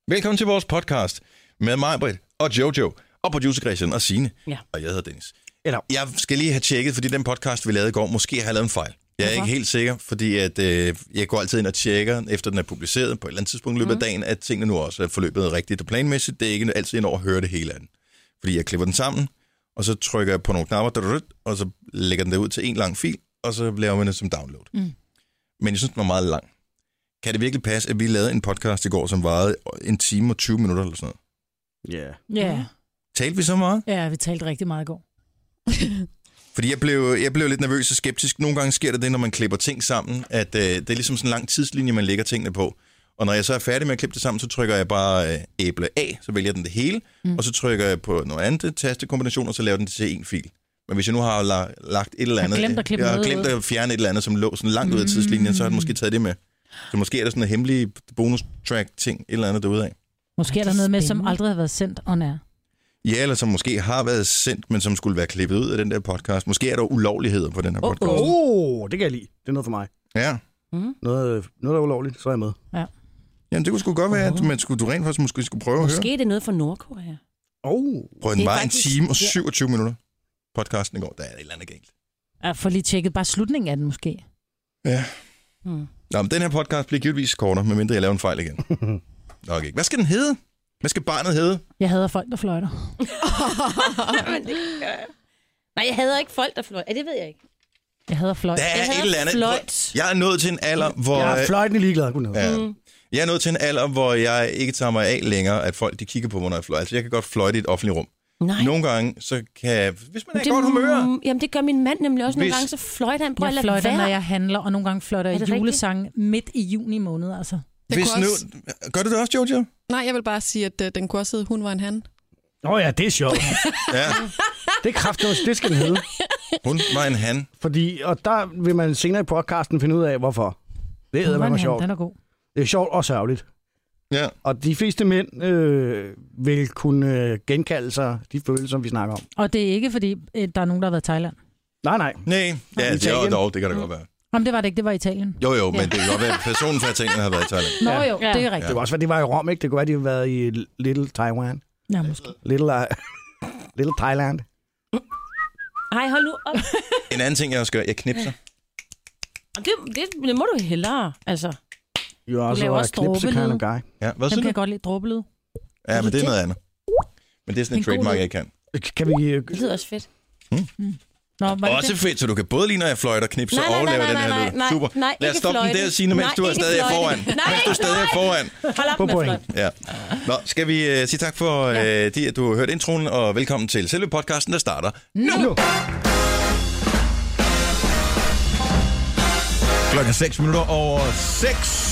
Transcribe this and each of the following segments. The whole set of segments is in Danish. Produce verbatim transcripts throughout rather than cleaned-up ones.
Velkommen til vores podcast med mig, Britt og Jojo og producer Christian og Signe. Ja. Og jeg hedder Dennis. Eller. Jeg skal lige have tjekket, fordi den podcast, vi lavede i går, måske har jeg lavet en fejl. Jeg er Hvorfor? ikke helt sikker, fordi at, øh, jeg går altid ind og tjekker, efter den er publiceret på et eller andet tidspunkt i løbet af dagen, at tingene nu også er forløbet rigtigt og planmæssigt. Det er ikke altid ind over at høre det hele af den. Fordi jeg klipper den sammen, og så trykker jeg på nogle knapper, og så lægger den der ud til en lang fil, og så laver man det som download. Mm. Men jeg synes, den var meget lang. Kan det virkelig passe, at vi lavede en podcast i går, som varede en time og tyve minutter eller sådan noget? Ja. Ja. Yeah. Talte vi så meget? Ja, vi talte rigtig meget i går. Fordi jeg blev, jeg blev lidt nervøs og skeptisk. Nogle gange sker det det, når man klipper ting sammen, at øh, det er ligesom sådan en lang tidslinje, man lægger tingene på. Og når jeg så er færdig med at klippe det sammen, så trykker jeg bare øh, æble A, så vælger den det hele, mm. og så trykker jeg på noget andet tastekombination, og så laver den det til en fil. Men hvis jeg nu har la- lagt et eller andet, jeg, glemt at, jeg har glemt at fjerne et eller andet, som lå sådan langt mm. ud af tidslinjen, så har den måske taget det med. Så måske er der sådan en hemmelig bonus-track-ting, et eller andet derude af. Måske er der noget med, som aldrig har været sendt on air. Ja, eller som måske har været sendt, men som skulle være klippet ud af den der podcast. Måske er der ulovligheder på den her podcast. Åh, oh, oh, det kan jeg lide. Det er noget for mig. Ja. Mm. Noget, noget der er ulovligt, så er jeg med. Ja. Jamen, det kunne sgu godt være, at man skulle, du rent faktisk måske skulle prøve Måske at høre. Måske er det noget for Nordkorea. Oh. Prøv, den var faktisk en time og syvogtyve minutter. Podcasten i går, der er et eller andet galt. Ja, for lige tjekket bare slutningen af den måske. Ja. Hmm. Nå, men den her podcast bliver givetvis kortere, medmindre jeg laver en fejl igen. Nok ikke. Hvad skal den hedde? Hvad skal barnet hedde? Jeg hader folk, der fløjter. Nej, jeg hader ikke folk, der fløjter. Ja, det ved jeg ikke. Jeg hader fløjt. Der er Jeg et eller andet. fløjt. Jeg er nået til en alder, hvor... Jeg er fløjtende ligeglad. Ja. Mm. Jeg er nået til en alder, hvor jeg ikke tager mig af længere, at folk de kigger på mig, når jeg fløjter. Altså, jeg kan godt fløjte i et offentligt rum. Nej. Nogle gange, så kan... Hvis man er i det, godt humør... Jamen, det gør min mand nemlig også. Nogle Hvis- gange, så fløjter han. Prøv at Jeg lade fløjter, være. når jeg handler, og nogle gange fløjter Er jeg det julesange midt i juni måned, altså. Hvis kunne nu... også- Gør du det også, Jojo? Nej, jeg vil bare sige, at uh, den kunne også hedde, hun var en han. Åh oh, ja, det er sjovt. Ja. Det er kraftigt, det skal den hedde. Hun var en han. Fordi, og der vil man senere i podcasten finde ud af, hvorfor. Det er meget sjovt. Den er god. Det er sjovt og sørgeligt. Ja. Og de fleste mænd øh, vil kunne øh, genkalde sig de følelser, vi snakker om. Og det er ikke, fordi øh, der er nogen, der har været i Thailand. Nej, nej. Nej, ja, det, Italien. jo, dog, det kan da godt være. Jamen, det var det ikke, det var Italien. Jo, jo, men det kan godt være, at personen fra Italien har været i Thailand. Nå Ja. jo, det er rigtigt. Det kan også være, de var i Rom, ikke? Det kunne være, de har været i Little Taiwan. Ja, måske. Little, uh, Little Thailand. Ej, hold nu op. En anden ting, jeg også gør, jeg knipser. Det, det, det må du hellere, altså. You are laver also a også knipse kind of dråbelyd. guy. Ja, hvad Dem siger kan du? jeg godt lide dråbelyd. Ja, men det er noget andet. Men det er sådan en En god trademark, lyd. jeg kan. Kan vi... øh, Det lyder også fedt. Nå, var det Også det? fedt, så du kan både lige, når jeg fløjter, knipse Nej, nej, og nej, lave nej, den her nej, lyd. nej, Super. nej, Lad os ikke stoppe den fløjte. der, Signe, mens Nej, du er ikke stadig er fløjte. foran. Nej, Mens du ikke stadig er foran. Hold op God med point. fløjt. Ja. Nå, skal vi uh, sige tak for, uh, de, at du har hørt introen, og velkommen til selve podcasten, der starter nu. Nu. Klokken er seks minutter over seks.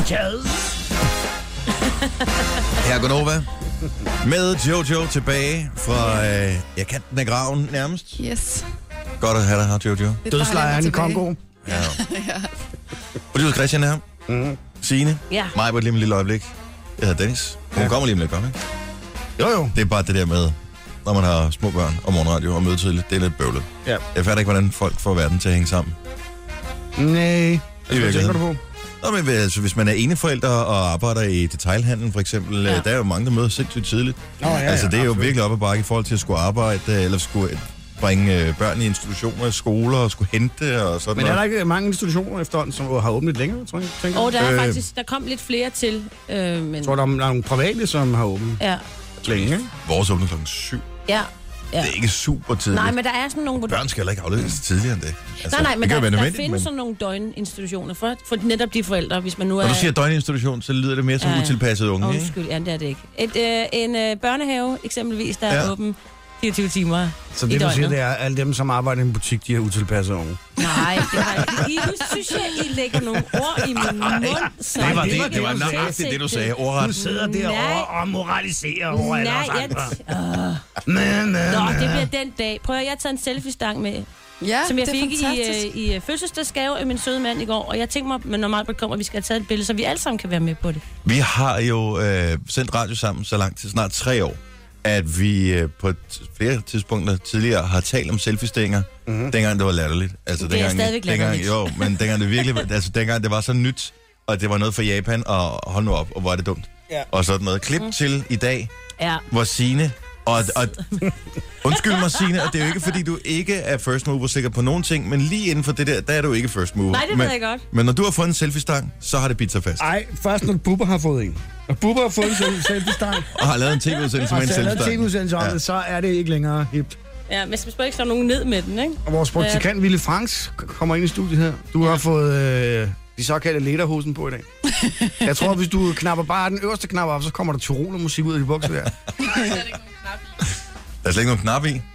Her går Nova med Jojo tilbage fra øh, ja, kanten af graven nærmest. Yes. Godt at have dig her, Jojo. Det er Dødslejren i tilbage. Kongo. Ja. Producer Christian er her. Mm. Signe. Ja. Mig på et lige, lille øjeblik. Jeg hedder Dennis. Hun Ja. kommer lige om lidt, godt, ikke? Jo, jo. Det er bare det der med, når man har små børn og morgenradio og møde tidligt, det er lidt bøvlet. Ja. Jeg fatter ikke, hvordan folk får verden til at hænge sammen. Nej. Hvad virkeligheden. tænker du på? Nå, men altså, hvis man er eneforælder og arbejder i detailhandlen for eksempel, ja. Der er jo mange, der møder sindssygt tidligt. Nå, ja, altså, det er ja, jo absolut. virkelig op ad bakke i forhold til at skulle arbejde, eller skulle bringe øh, børn i institutioner, skoler og skulle hente og sådan Men er der noget. ikke mange institutioner efterhånden, som har åbnet længere, tror jeg? Tænker? Og der er Øh. faktisk, der kom lidt flere til, øh, men... Jeg tror, der er nogle private, som har åbnet Ja, længe, ikke? Vores åbner klokken syv. ja. Ja. Det er ikke super tidligt. Nej, men der er sådan nogle... hvor du- Børn skal heller ikke afleveres tidligere end det. Altså, Nej, nej, men det der, kan jo være der nødvendigt, findes men... sådan nogle døgninstitutioner for, for netop de forældre, hvis man nu er... Når du siger døgninstitution, så lyder det mere som Ja, ja. utilpasset unge, Åh, ikke? undskyld, ja, det er det ikke. Et, øh, en øh, børnehave, eksempelvis, der er Ja. åben fireogtyve timer Så i det, du siger, døgnet. det er, at alle dem, som arbejder i en butik, de er utilpasset unge. Nej, det var I, nu synes jeg, I lægger nogle ord i min mund. Så Det var det det, var det var det, du nøjagtigt det, du sagde. Ordret. sidder derovre og moraliserer over Nej, jeg... Øh. Men, men, Nå, det bliver den dag. Prøv at jeg har taget en selfie-stang med, Ja, som jeg det er fik i, fantastisk. øh, i øh, fødselsdagsgave af min søde mand i går. Og jeg tænkte mig, men når Malbert kommer, vi skal have taget et billede, så vi alle sammen kan være med på det. Vi har jo øh, sendt radio sammen så langt til snart tre år, at vi øh, på t- flere tidspunkter tidligere har talt om selfie-stænger, mm-hmm. dengang det var latterligt. Altså, Det er dengang, stadigvæk dengang, latterligt. Jo, men dengang det virkelig, altså dengang det var så nyt, og det var noget for Japan, og hold nu op, og hvor er det dumt. Ja. og sådan noget. Klip mm. til i dag, Ja. hvor Signe... Og, og, undskyld mig, Signe, og det er jo ikke, fordi du ikke er first mover sikker på nogen ting, men lige inden for det der, der er du ikke first mover. Nej, det ved men, jeg godt. Men når du har fået en selfie-stang, så har det bidt sig fast. Ej, først når Bubber har fået en. Og Bubber har fået en selfie-stang, Og har lavet en tv-udsendelse og med en så er der en selfie-stang. tv-udsendelse om Ja. det, så er det ikke længere hipt. Ja, men hvis man ikke slår nogen ned med den, ikke? Og vores praktikant, Ville Franks, kommer ind i studiet her. Du har fået øh, de såkaldte lederhosen på i dag. Jeg tror, hvis du knapper bare den øverste knap op, så kommer der Tyroler-musik ud af de bukser der. Der er slet ikke nogen knap i.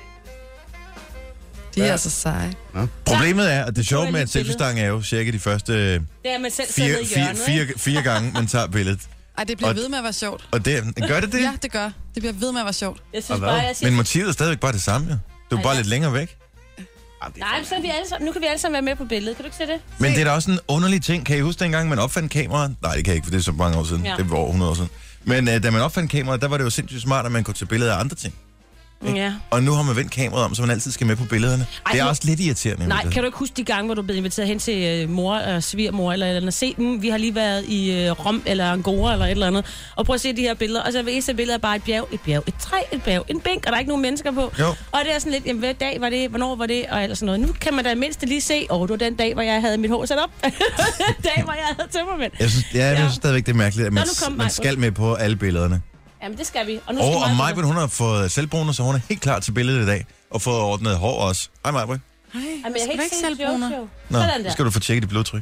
De er altså seje. Problemet er, at det sjove jeg med lige et selfie-stang er jo cirka de første Det er, man selv sidder fire, i fire, hjørnet, fire, ikke? fire gange, man tager billedet. Ej, det bliver Og- ved med at være sjovt. Og det, gør det det? Ja, det gør. Det bliver ved med at være sjovt. Jeg synes bare, jeg siger... Men motivet er stadigvæk bare det samme, jo. Du er Ej, bare ja. lidt længere væk. Nej, men så er vi alle sammen... nu kan vi alle sammen være med på billedet. Kan du ikke se det? Men det er da også en underlig ting. Kan I huske dengang, man opfandt kameraet? Nej, det kan jeg ikke, for det er så mange år siden. Ja. Det var over hundrede år siden. Men uh, da man opfandt kameraet, der var det jo sindssygt smart, at man kunne tage billeder af andre ting. Ja. Og nu har man vendt kameraet om, så man altid skal med på billederne. Ej, det er nu- også lidt irriterende. Nej, kan du ikke huske de gange, hvor du blev inviteret hen til øh, mor og svigermor eller et eller andet? Se dem, vi har lige været i øh, Rom eller Angora eller et eller andet. Og prøv at se de her billeder. Og så vil eneste billede er bare et bjerg, et bjerg, et træ, et bjerg, en bænk, og der er ikke nogen mennesker på. Jo. Og det er sådan lidt, jamen hvad dag var det, hvornår var det, og alt sådan noget. Nu kan man da mindst lige se, åh, oh, det var den dag, hvor jeg havde mit hår sat op. Den dag, hvor jeg havde tømmermænd. Jeg synes, ja, jeg Ja. synes stadigvæk, det er mærkeligt, at man, Nå, nu kom man Maj-Brit. skal med på alle billederne. Jamen, det skal vi. Og nu Og, skal og Maj-Brit- Maj-Brit, hun har fået selvbruner, så hun er helt klar til billedet i dag. Og fået ordnet hår også. Hej, Maj-Brit. Hej, Jamen, jeg skal kan du ikke se selvbruner? Jojo. Nå, Sådan så der. skal du få tjekket dit blodtryk.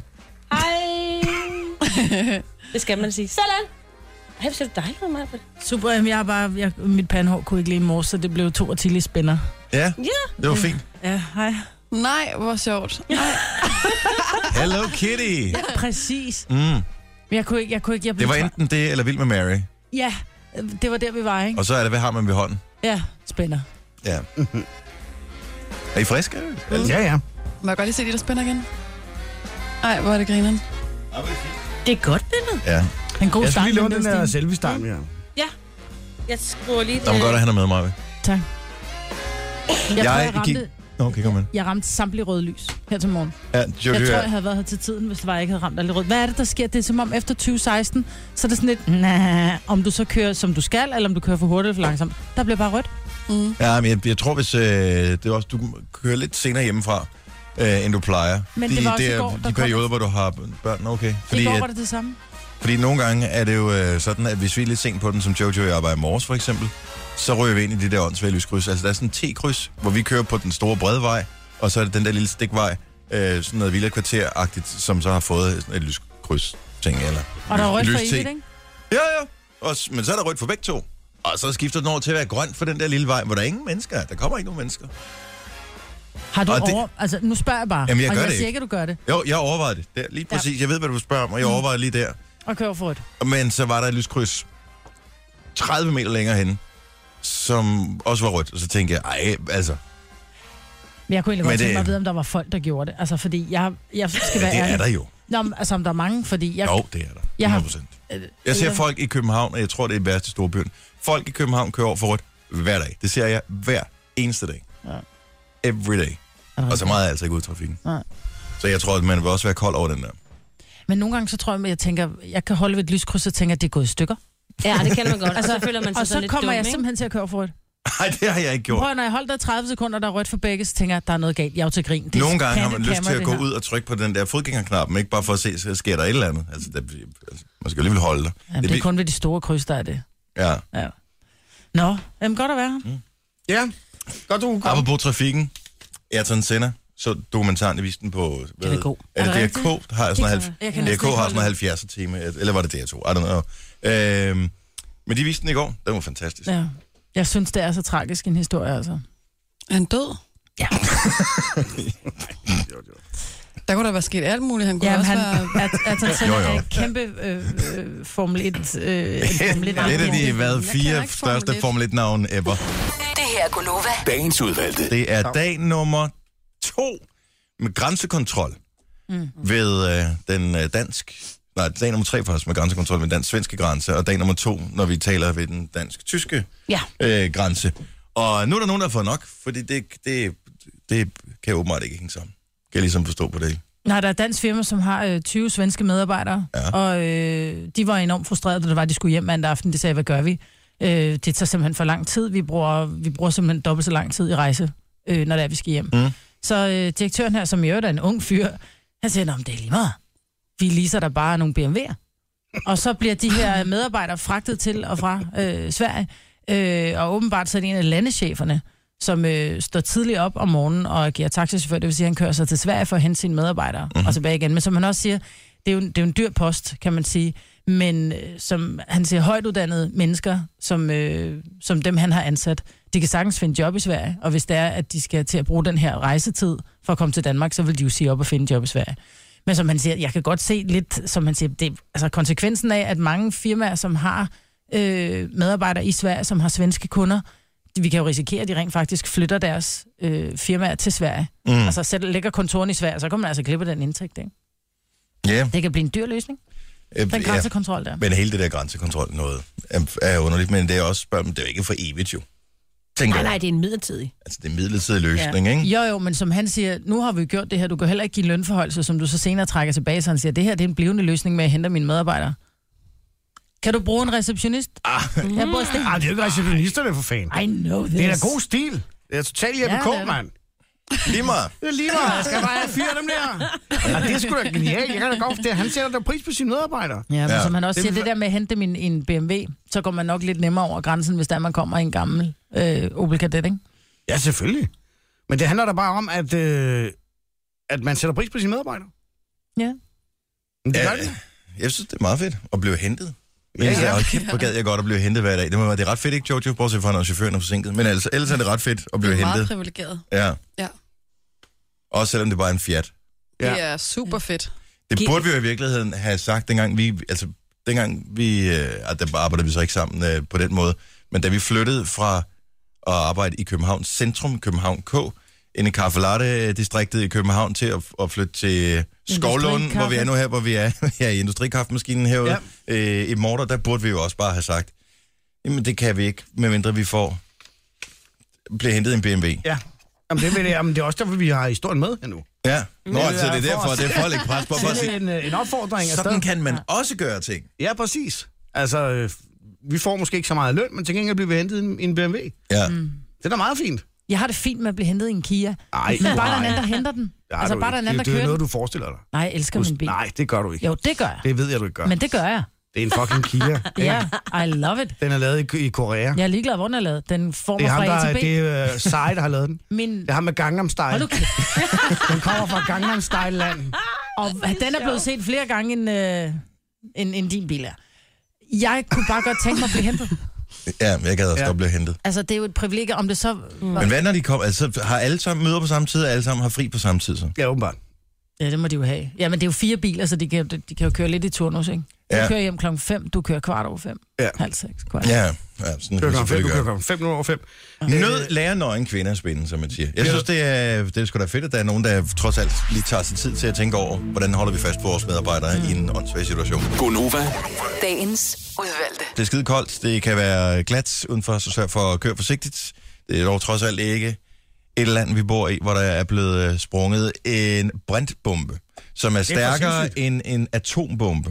Hej. Det skal man sige. Sådan. Ej, hvor ser du dejligt ud, Maj-Brit. Super, jamen, jeg har bare, jeg, mit pandehår kunne ikke lide i morges, så det blev to og Tilly spænder. Ja, Ja. det var fint. Ja, hej. Nej, hvor sjovt. Nej. Hello Kitty. Præcis. Mm. Men jeg kunne ikke, jeg kunne ikke, jeg Det blev var træt. enten det, eller Vild med Mary. Ja, det var der, vi var, ikke? Og så er det, hvad har man ved hånden? Ja, spænder. Ja. Er I friske? Ja, ja. Må jeg godt lige se de, der spænder igen? Ej, hvor er det grineren. Det er et godt billede. Ja. En god Jeg skal start. lige låne men den der Stine. selfie-stang, ja. Ja. Jeg skruer lige Nå, men godt at han er med, Maja. Tak. Jeg, jeg, tror, jeg, gik- ramte, Nå, okay, kom med. jeg ramte samtlige røde lys her til morgen. Ja, Jeg Jojo, tror, ja. jeg havde været her til tiden, hvis det var, jeg ikke havde ramt alle røde. Hvad er det, der sker? Det er som om efter tyve seksten, så er det sådan lidt, nah, om du så kører, som du skal, eller om du kører for hurtigt eller for langsomt. Der bliver bare rødt. Mm. Ja, men jeg, jeg tror, hvis øh, det er også, du kører lidt senere hjemmefra, øh, end du plejer. Men de, det var også i er går, der de kom- perioder, hvor du har børn, okay. Fordi, I går at- var det det samme. Fordi nogle gange er det jo øh, sådan, at hvis vi er lidt sent på den, som Jojo og jeg var i morges for eksempel, så ryger vi ind i de der åndssvage lyskryds. Altså der er sådan en T-kryds, hvor vi kører på den store brede vej, og så er det den der lille stikvej, øh, sådan noget Villa Kvarter-agtigt, som så har fået sådan et lyskryds-ting. Eller Og der er rødt for lys-T. evigt, ikke? Ja, ja. Og, s- men så er der rødt for begge to. Og så skifter den over til at være grønt for den der lille vej, hvor der er ingen mennesker er. Der kommer ikke nogen mennesker. Har du Og det- over... Altså, nu spørger jeg bare. Jamen, jeg og gør jeg det siger ikke. ikke, at du gør det. Jo, jeg overvejede det. det er lige præcis. Ja. Jeg ved, hvad du spørger om, og jeg overvejede lige der. Og kører for rødt. Men så var der et lyskryds tredive meter længere henne, som også var rødt. Og så tænkte jeg, ej, altså, Men jeg kunne egentlig Men godt tænke det- mig at vide, om der var folk, der gjorde det. Altså, fordi jeg, jeg skal være det er ærlig. der jo. Nå, men, altså, om der er mange, fordi jeg... Jo, det er der. Jeg har- hundrede procent. Jeg ser folk i København, og jeg tror, det er i værste storbyen. Folk i København kører over for rødt hver dag. Det ser jeg hver eneste dag. Ja. Every day. Og så meget er jeg altså ikke ude i trafikken. Nej. Så jeg tror, at man vil også være kold over den der. Men nogle gange, så tror jeg, at jeg tænker, jeg kan holde ved et lyskryds og tænker, at det er gået i stykker. Ja, det kender man godt. Altså, og så føler man sig Og så så lidt kommer dum, jeg ikke? simpelthen til at køre for rødt. Nej, det har jeg ikke gjort. Prøv, når jeg holder der i tredive sekunder, der er rødt for begge, så tænker jeg, at der er noget galt. Jeg er jo til grin. Det er Nogle gange har pande- man lyst til kamera, at det gå her. ud og trykke på den der fodgængerknappen, ikke bare for at se, så sker der et eller andet. Altså, der, altså man skal jo alligevel holde dig. Jamen, det er kun ved de store kryds, der er det. Ja. Ja. Nå, jamen godt at være her. Mm. Ja, godt du kom. Apropos trafikken. Ayrton Senna, så dokumentaren, jeg viste den på... Hvad, D R K. Er Er det det D R K? Har sådan Jeg noget, kan D R næsten K ikke har holde sådan noget halvfjerds time, eller var det D R to? I don't know. Øhm, men de viste den i går. Den var fantastisk. Ja. Jeg synes, det er så tragisk en historie, altså. Er han død? Ja. Der kunne da være sket alt muligt. Han kunne Jamen, også han, være... at, at han selv Jo, jo. er en kæmpe øh, øh, Formel et... Øh, en Formel et Et af de hvad, Jeg fire kender ikke Formel største et. Formel et-navn ever. Det her er Gunova. Dagens udvalgte. Det er dag nummer to med grænsekontrol mm. ved øh, den øh, dansk... Nej, dag nummer tre faktisk med grænsekontrol ved den dansk-svenske grænse, og dag nummer to, når vi taler ved den dansk-tyske Ja. øh, grænse. Og nu er der nogen, der har fået nok, fordi det, det, det kan åbenbart ikke hænge sammen. Kan jeg ligesom forstå på det. Nej, der er et dansk firma, som har øh, tyve svenske medarbejdere, Ja. og øh, de var enormt frustrerede, da det var, de skulle hjem mandag aften. De sagde, hvad gør vi? Øh, det tager simpelthen for lang tid. Vi bruger, vi bruger simpelthen dobbelt så lang tid i rejse, øh, når det er, vi skal hjem. Mm. Så øh, direktøren her, som i øvrigt er en ung fyr, han siger, nå, men det er lige meget. Vi leaser der bare nogle B M W'er. Og så bliver de her medarbejdere fragtet til og fra øh, Sverige, øh, og åbenbart så er det en af landescheferne, som øh, står tidligt op om morgenen og giver taxichauffør, det vil sige, at han kører sig til Sverige for at hente sine medarbejdere mm-hmm. og tilbage igen. Men som han også siger, det er jo, det er jo en dyr post, kan man sige, men øh, som han siger, højtuddannede mennesker, som, øh, som dem han har ansat, de kan sagtens finde job i Sverige, og hvis det er, at de skal til at bruge den her rejsetid for at komme til Danmark, så vil de jo sige op og finde job i Sverige. Men som han siger, jeg kan godt se lidt, som han siger, det, altså konsekvensen af, at mange firmaer, som har øh, medarbejdere i Sverige, som har svenske kunder, vi kan jo risikere, at de rent faktisk flytter deres øh, firmaer til Sverige. Mm. Altså sætter, lægger kontoren i Sverige, så kan man altså klippe den indtægt, ikke? Ja. Yeah. Det kan blive en dyr løsning. Øh, Den grænsekontrol der. Men hele det der grænsekontrol noget er, er underligt, men det er også, men det er jo ikke for evigt jo. Tænker Nej, jeg. nej, det er en midlertidig. Altså det er en midlertidig løsning, ja. Ikke? Jo, jo, men som han siger, nu har vi gjort det her, du kan heller ikke give lønforhøjelse, som du så senere trækker tilbage, så han siger, det her det er en blivende løsning med at hente mine medarbejdere. Kan du bruge en receptionist? Ah, Mm. Jeg bor sted. Ah, det er jo ikke receptionisterne for fanden. I know this. Det er da god stil. Det er totalt Jeppe Ja, K, det er det. mand. lige meget. Det er lige meget. Jeg skal bare have fire af dem der. Ja, det er sgu da genialt. Jeg kan da godt det. Han sætter da pris på sine medarbejdere. Ja, men Ja. ja. som han også Det siger, vil- det der med at hente dem i en, i en B M W, så går man nok lidt nemmere over grænsen, hvis der man kommer i en gammel øh, Opel Kadett, ikke? Ja, selvfølgelig. Men det handler da bare om, at, øh, at man sætter pris på sine medarbejdere. Ja. Men det Ja, gør det. jeg synes, det er meget fedt at blive hentet. Men Ja, ja, ja. ja. Kæft, hvor gad jeg godt at blive hentet hver dag. Det, må, det er ret fedt, ikke, Jojo? Bortset fra, når chaufføren er forsinket. Men altså, ellers er det ret fedt at blive Det er meget hentet. privilegeret. Ja. Ja. Også selvom det bare er en Fiat. Ja. Det er super fedt. Det burde vi jo i virkeligheden have sagt, dengang vi... Altså, dengang vi... Øh, der arbejdede vi så ikke sammen øh, på den måde. Men da vi flyttede fra at arbejde i København Centrum, København K, ind i Kaffe Latte-distriktet i København, til at, at flytte til Skovlund, hvor vi er nu her, hvor vi er ja, i industrikaffemaskinen herude ja. øh, i Morter, der burde vi jo også bare have sagt, jamen det kan vi ikke, medmindre vi får bliver hentet i en B M W. Ja. Jamen, det, vil jeg, jamen, det er også derfor, vi har historien med her nu. Ja, Nå, det altså, er det er for derfor, os. det er for at lægge pres på. For at Det sige, er en, øh, en opfordring afsted. sådan kan man også gøre ting. Ja, præcis. Altså, øh, vi får måske ikke så meget løn, men til gengæld bliver vi hentet i en, i en B M W. Ja. Det er da meget fint. Jeg har det fint med at blive hentet i en Kia. Ej, Men bare der er en nej. anden, der henter den. Ja, altså du bare der er en ikke. anden, der det, det er kører noget, den. du forestiller dig. Nej, jeg elsker min bil. Nej, det gør du ikke. Jo, det gør jeg. Det ved jeg, du ikke gør. Men det gør jeg. Det er en fucking Kia. Ja, I love it. Den er lavet i, i Korea. Jeg er ligeglad, hvor den er lavet. Den får Det er mig ham, fra A der, til B. det er uh, Sai, der har lavet den. Min... Det er ham med Gangnam Style. Hold nu kæft. Den kommer fra Gangnam Style-land. Og den er blevet set flere gange, end, øh, end, end din bil er. Jeg kunne bare godt tænke mig at blive hentet. Ja, men jeg gad også Ja. godt blive hentet. Altså, det er jo et privilegie, om det så... Mm. Men hvad når de kommer? Altså, har alle sammen møder på samme tid, og alle sammen har fri på samme tid, så? Ja, åbenbart. Ja, det må de jo have. Ja, men det er jo fire biler, så de kan, de kan jo køre lidt i turnus, ikke? Du Ja. kører hjem klokken fem, du kører kvart over fem. Ja. Halv seks, kvart. Ja, ja, sådan Du kan kører vi klokken fem, selvfølgelig du kører gøre. klokken fem minutter over fem. Nød lærer nøgen kvinder at spænde, som man siger. Jeg synes, det er, det er sgu da fedt, at der er nogen, der trods alt lige tager sig tid til at tænke over, hvordan holder vi fast på vores medarbejdere mm. i en åndssvag situation. Gonova. Dagens udvalgte. Det er skide koldt, det kan være glat udenfor, så sørg for at køre forsigtigt. Det er dog trods alt ikke et land, vi bor i, hvor der er blevet sprunget en brintbombe, som er stærkere sindssygt. end en atombombe.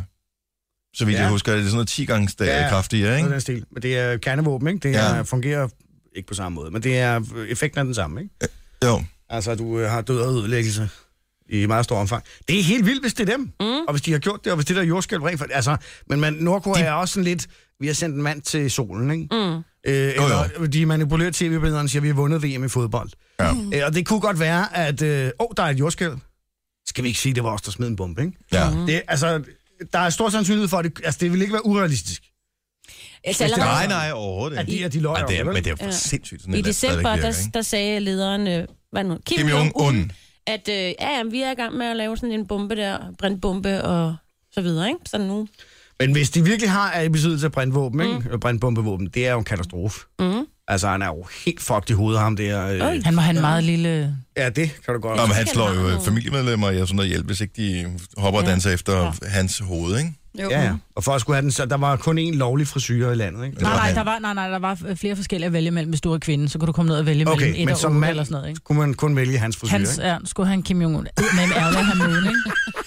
Så vidt Ja. jeg husker, det er sådan noget ti gange Ja, ja, kraftigere, Noget af ikke? den stil. Men det er kernevåben, ikke? Det Ja. er, fungerer ikke på samme måde, men det er effekten af den samme, ikke? Jo. Altså, du øh, har død og ødelæggelse i meget stor omfang. Det er helt vildt, hvis det er dem. Mm. Og hvis de har gjort det, og hvis det der jordskælv rent for... Altså, men man, Nordkorea de... er også sådan lidt... Vi har sendt en mand til solen, ikke? Mm. Øh, eller, jo. de manipulerer tv-billederne og siger, at vi har vundet V M i fodbold. Ja. Mm. Øh, og det kunne godt være, at... Åh, øh, oh, der er et jordskælv. Skal vi ikke sige, at det var os, der smed en bombe, ikke? Ja. Mm. Det, altså, der er stor sandsynlighed for, at det, altså, det vil ikke være urealistisk. Altså, det- allerede, Nej, nej, overhovedet At ikke. de, at de løjer Ej, det er, over, men vel? det er for Ja. sindssygt. Sådan i et land december, stadigvæk der, virker, ikke? der sagde lederen, øh, hvad nu, Kim, Kim Jong-un. at øh, ja, ja, vi er i gang med at lave sådan en bombe der, brintbombe og så videre, ikke? Sådan nu. Men hvis de virkelig har i besiddelse af brændvåben, ikke? Mm. Brændbombevåben, det er jo en katastrofe. Mm. Altså, han er jo helt fucked i hovedet, ham der. Øh. Han må have en meget lille... Ja, det kan du godt. Nå, men han slår jo familiemedlemmer i sådan noget hjælp, hvis ikke de hopper og danser efter ja. hans hoved, ikke? Jo. Ja, ja. Og for at skulle have den, så der var kun én lovlig frisyr i landet, ikke? Nej, nej, der var, nej, nej, der var flere forskellige at vælge mellem, hvis du er kvinde. Så kunne du komme ned og vælge okay, mellem et men og som otte mand eller sådan noget, ikke? kunne man kun vælge hans frisyr, Hans, ikke? ja, skulle han Kim Jong-un. Med en ærgerlig at have møden, ikke?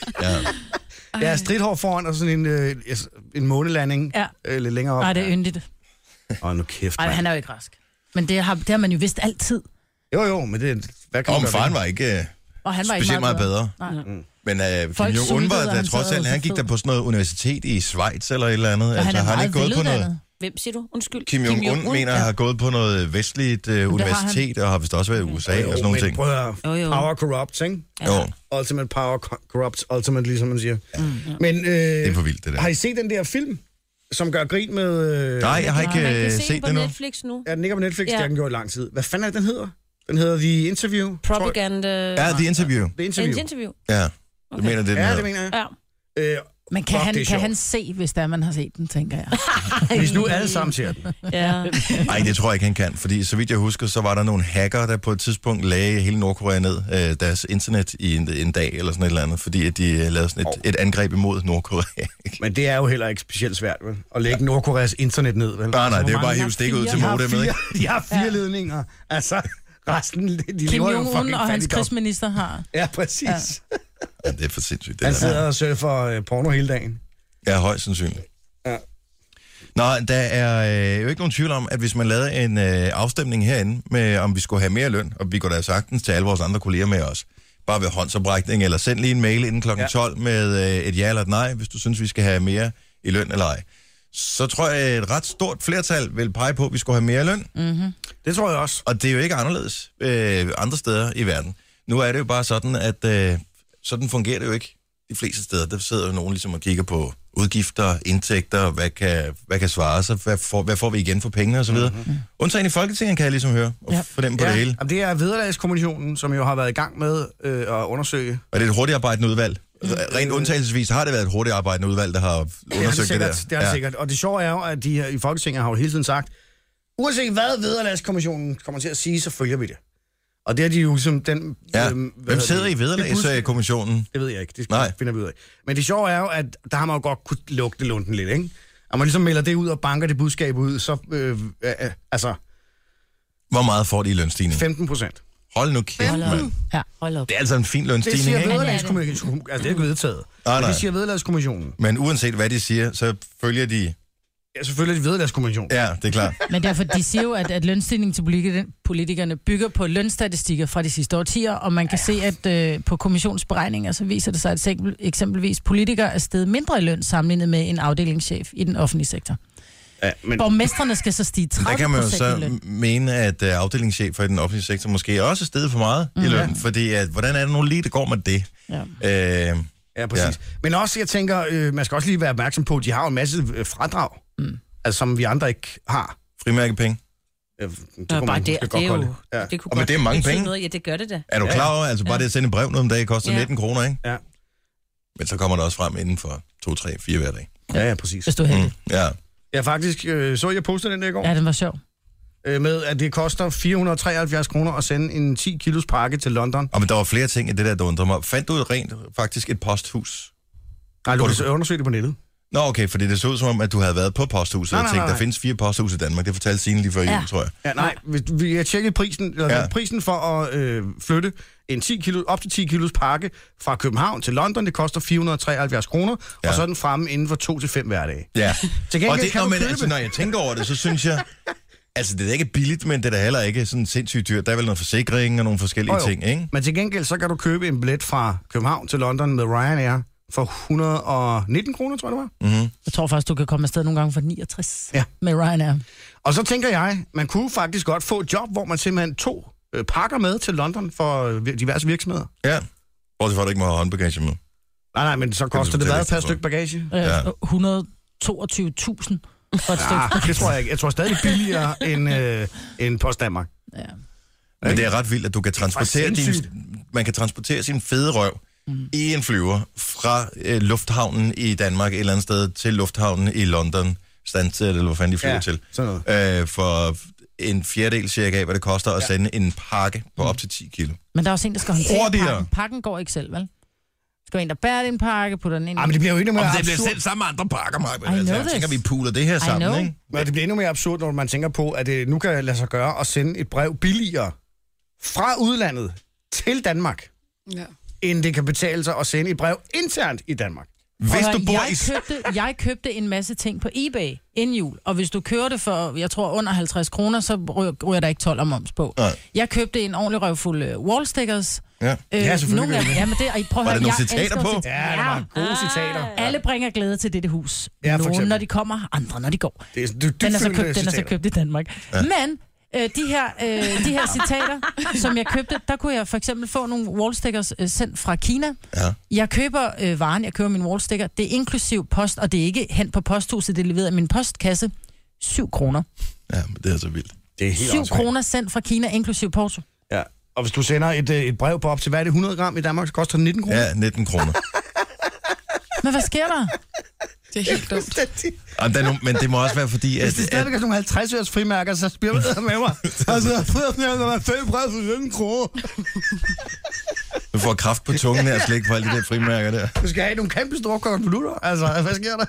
Ja. Ja, stridthår foran og sådan en, øh, en månelanding Ja. øh, lidt længere op. Nej, det er yndigt. Åh, nu kæft, Nej, mand. han er jo ikke rask. Men det har, det har man jo vidst altid. Jo, jo, men det... Hvad kan Og man gøre faren ved? var ikke Og han var specielt ikke meget bedre. Nej. Mm. Men uh, Kim Folk Jong-un sultede, var og der han trods sad alt, og han gik der fed. på sådan noget universitet i Schweiz eller et eller andet. Og han er har meget ikke gået på noget. veluddannet. Hvem siger du? Undskyld. Kim Jong-un mener, at har gået på noget vestligt uh, universitet, og har vist også været i U S A Jo, og sådan nogle men ting. prøv at Jo, jo. power corrupts, ikke? Jo, Ultimate power co- corrupts, ultimate, ligesom man siger. Mm, ja. Men øh, det er for vildt, det der. har I set den der film, som gør grin med... Øh, Nej, jeg har ikke Man kan øh, se set den på det nu. Netflix nu. Ja, den ligger på Netflix, ja. Ja. Det har den gjort i lang tid. Hvad fanden er det, den hedder? Den hedder The Interview. tror jeg. Propaganda. Ja, The Interview. The Interview. En interview. Ja, du Okay. mener det, den Ja, det hedder. mener jeg. Ja. Øh, Men kan, Fuck, han, det er kan sjovt. han se, hvis der man har set den, tænker jeg. hvis nu alle sammen ser den. Ja. Nej, det tror jeg ikke, han kan. Fordi så vidt jeg husker, så var der nogle hacker, der på et tidspunkt lagde hele Nordkorea ned, øh, deres internet i en, en dag eller sådan et eller andet, fordi at de øh, lavede sådan et, et angreb imod Nordkorea. Men det er jo heller ikke specielt svært, vel? At lægge Nordkoreas internet ned, vel? Nej, nej, det er jo bare at mange hive har stikket ud fire? til De har modemet, ikke? fire, de har fire ja. ledninger. Altså, resten, de Kim lever jo Jong-un fucking og hans fattigdom. krigsminister har... Ja, præcis. Ja. Ja, det er for sindssygt. Det Han der. sidder og surfer øh, porno hele dagen. Ja, højst sandsynligt. Ja. Nå, der er øh, jo ikke nogen tvivl om, at hvis man lavede en øh, afstemning herinde med, om vi skulle have mere løn, og vi går da sagtens til alle vores andre kolleger med os, bare ved håndsoprækning, eller send lige en mail inden klokken Ja. tolv med øh, et ja eller et nej, hvis du synes, vi skal have mere i løn eller ej. Så tror jeg, at et ret stort flertal vil pege på, at vi skulle have mere løn. Mm-hmm. Det tror jeg også. Og det er jo ikke anderledes øh, andre steder i verden. Nu er det jo bare sådan, at øh, sådan fungerer det jo ikke de fleste steder. Der sidder jo nogen ligesom og kigger på udgifter, indtægter, hvad kan, hvad kan svare sig, hvad får, hvad får vi igen for pengene osv. Mm-hmm. Undtagen i Folketinget kan jeg ligesom høre og Ja. fornemme på Ja, det hele. jamen, det er Vederlagskommissionen, som jo har været i gang med øh, at undersøge. Og det er et hurtigt arbejdende udvalg. Rent undtagelsesvis har det været et hurtigt arbejdende udvalg, der har Det er det undersøgt det, sikkert. der. Det er det sikkert. Og det sjove er jo, at de her i Folketinget har jo hele tiden sagt, uanset hvad Vederlagskommissionen kommer til at sige, så følger vi det. Og det er de jo som den... Ja. øhm, hvad Hvem hedder sidder det? i Det budskab- vederlagskommissionen? Det ved jeg ikke. Det Nej. finder vi ud af. Men det sjove er jo, at der har man jo godt kunne lugte lunden lidt, ikke? Og man ligesom melder det ud og banker det budskab ud, så... Øh, øh, altså, Hvor meget får de i lønstigning? femten procent. Hold nu kæft, mand. Ja. Hold op. Det er altså en fin Det lønstigning, siger ikke? Vederlagskommissionen. Altså, det er ikke vedtaget. Nej, Men nej. det siger Vederlagskommissionen. Men uanset hvad de siger, så følger de... Ja, selvfølgelig er det Vederlagskommissionen. Ja, det er klart. Men derfor, de siger jo, at, at lønstigningen til politikerne, politikerne bygger på lønstatistikker fra de sidste årtier, og man kan se, at øh, på kommissionsberegninger, så viser det sig, at eksempel, eksempelvis politikere er steget mindre i løn sammenlignet med en afdelingschef i den offentlige sektor. Ja, men Borgmestrene skal så stige Der tredive kan man jo procent i så løn. mene, at uh, afdelingschefer i den offentlige sektor måske også er steget for meget mm. i løn, fordi at, hvordan er det nu lige, det går med det? Ja. Øh, Ja, præcis. Ja. Men også, jeg tænker, øh, man skal også lige være opmærksom på, at de har jo en masse øh, fradrag, mm. altså, som vi andre ikke har. frimærkepenge. Øh, det Nå, kunne bare man det, måske det godt er jo... holde. Ja. Det kunne Og men godt det er mange betyde penge. Noget. Ja, det gør det da. Er du Ja, klar over, altså bare Ja. det at sende et brev nu om dagen koster Ja. nitten kroner, ikke? Ja. Men så kommer det også frem inden for to, tre, fire hver dag. Ja, ja, præcis. Hvis du er heldig. Mm, ja. Ja, faktisk, øh, så jeg postede den der i går, Ja, den var sjov. øh, med, at det koster fire hundrede og treoghalvfjerds kroner at sende en ti kilos pakke til London. Og men der var flere ting i det der, der undrer mig. Fandt du rent faktisk et posthus? Nej, du Hvor kan undersøge det på nettet. Nå, okay, fordi det så ud som om, at du havde været på posthuset Nej, og nej, tænkte, nej. der findes fire posthus i Danmark. Det fortalte Signe lige før jul, Ja. tror jeg. Ja, nej, vi, vi har tjekket prisen, eller Ja. ja. prisen for at øh, flytte en ti kilo, op til ti kilos pakke fra København til London. Det koster fire hundrede og treoghalvfjerds kroner, Ja. ja. og så er den fremme inden for to til fem hverdage. Ja. Til gengæld Og det, kan nå, du men, købe. altså, når jeg tænker over det, så synes jeg... Altså, det er ikke billigt, men det er da heller ikke sådan sindssygt dyrt. Der er vel noget forsikring og nogle forskellige Jo, jo. ting, ikke? Men til gengæld, så kan du købe en billet fra København til London med Ryanair for et hundrede og nitten kroner, tror jeg det var. Mm-hmm. Jeg tror faktisk, du kan komme afsted nogle gange for niogtres Ja. med Ryanair. Og så tænker jeg, man kunne faktisk godt få et job, hvor man simpelthen tog øh, pakker med til London for øh, diverse virksomheder. Ja. Bortset fra, at du ikke må have håndbagage med. Nej, nej, men så du koster det fortælle hvad ekstra per for? stykke bagage? Øh, Ja. et hundrede og toogtyve tusind for et stykke. Ah, det tror jeg ikke. Jeg tror stadig billigere end, øh, end Post Danmark. Ja. Men det er ret vildt, at du kan transportere sindssygt. din, man kan transportere sin fede røv mm. i en flyver fra øh, lufthavnen i Danmark et eller andet sted til lufthavnen i London standsæt, eller hvad fanden de flyver Ja, til. sådan noget. Øh, for en fjerdedel cirka af, hvad det koster at Ja. sende en pakke på op til ti kilo. Men der er også en, der skal håndtere Hurtigere. pakken. Pakken går ikke selv, vel? Skal være en, der bærer din pakke, putter den ind. Ah, men det bliver jo endnu mere Om det bliver absurd. sendt sammen med andre pakker, Maja. know Altså, jeg this. tænker, vi puler det her I sammen, know. ikke? Men det bliver endnu mere absurd, når man tænker på, at det nu kan lade sig gøre at sende et brev billigere fra udlandet til Danmark, Ja. end det kan betale sig at sende et brev internt i Danmark. Hvis Prøv at du høre, bor jeg, i... købte, jeg købte en masse ting på eBay inden jul, og hvis du kører det for, jeg tror, under halvtreds kroner, så ryger, ryger der ikke tolv og moms på. Nej. Jeg købte en ordentlig røvfuld uh, wallstickers. Ja. Ja, selvfølgelig nogle af gør dem, det. ja, men det, og I prøver Var at der høre, nogle jeg citater elsker på? cit- Ja, der var gode citater. Alle bringer glæde til dette hus. Ja, for Nogle, eksempel. når de kommer, andre, når de går. Det er, det er Den er, så dybfølende købt, den er så citater. købt i Danmark. Ja. Men øh, de, her, øh, de her citater, som jeg købte, der kunne jeg for eksempel få nogle wallstickers øh, sendt fra Kina. Ja. Jeg køber øh, varen, jeg køber min wallsticker. Det er inklusiv post, og det er ikke hen på posthuset, det er leveret i min postkasse. syv kroner. Ja, men det er så vildt. Det er helt syv åndssvagt. kroner sendt fra Kina, inklusiv porto. Ja. Og hvis du sender et, øh, et brev på op til, hvad er det, hundrede gram i Danmark, så koster det nitten kroner. Ja, nitten kroner. Men hvad sker der? Det er helt dumt. Og der er nogle, men det må også være fordi, at... Hvis det stadigvæk er nogle halvtreds øres frimærker, så bliver det med mig. Altså, jeg får fem brev for nitten kroner. du får kraft på tungen her og slik på alle de der frimærker der. Du skal have nogle kæmpe store konvolutter. Altså, hvad sker der?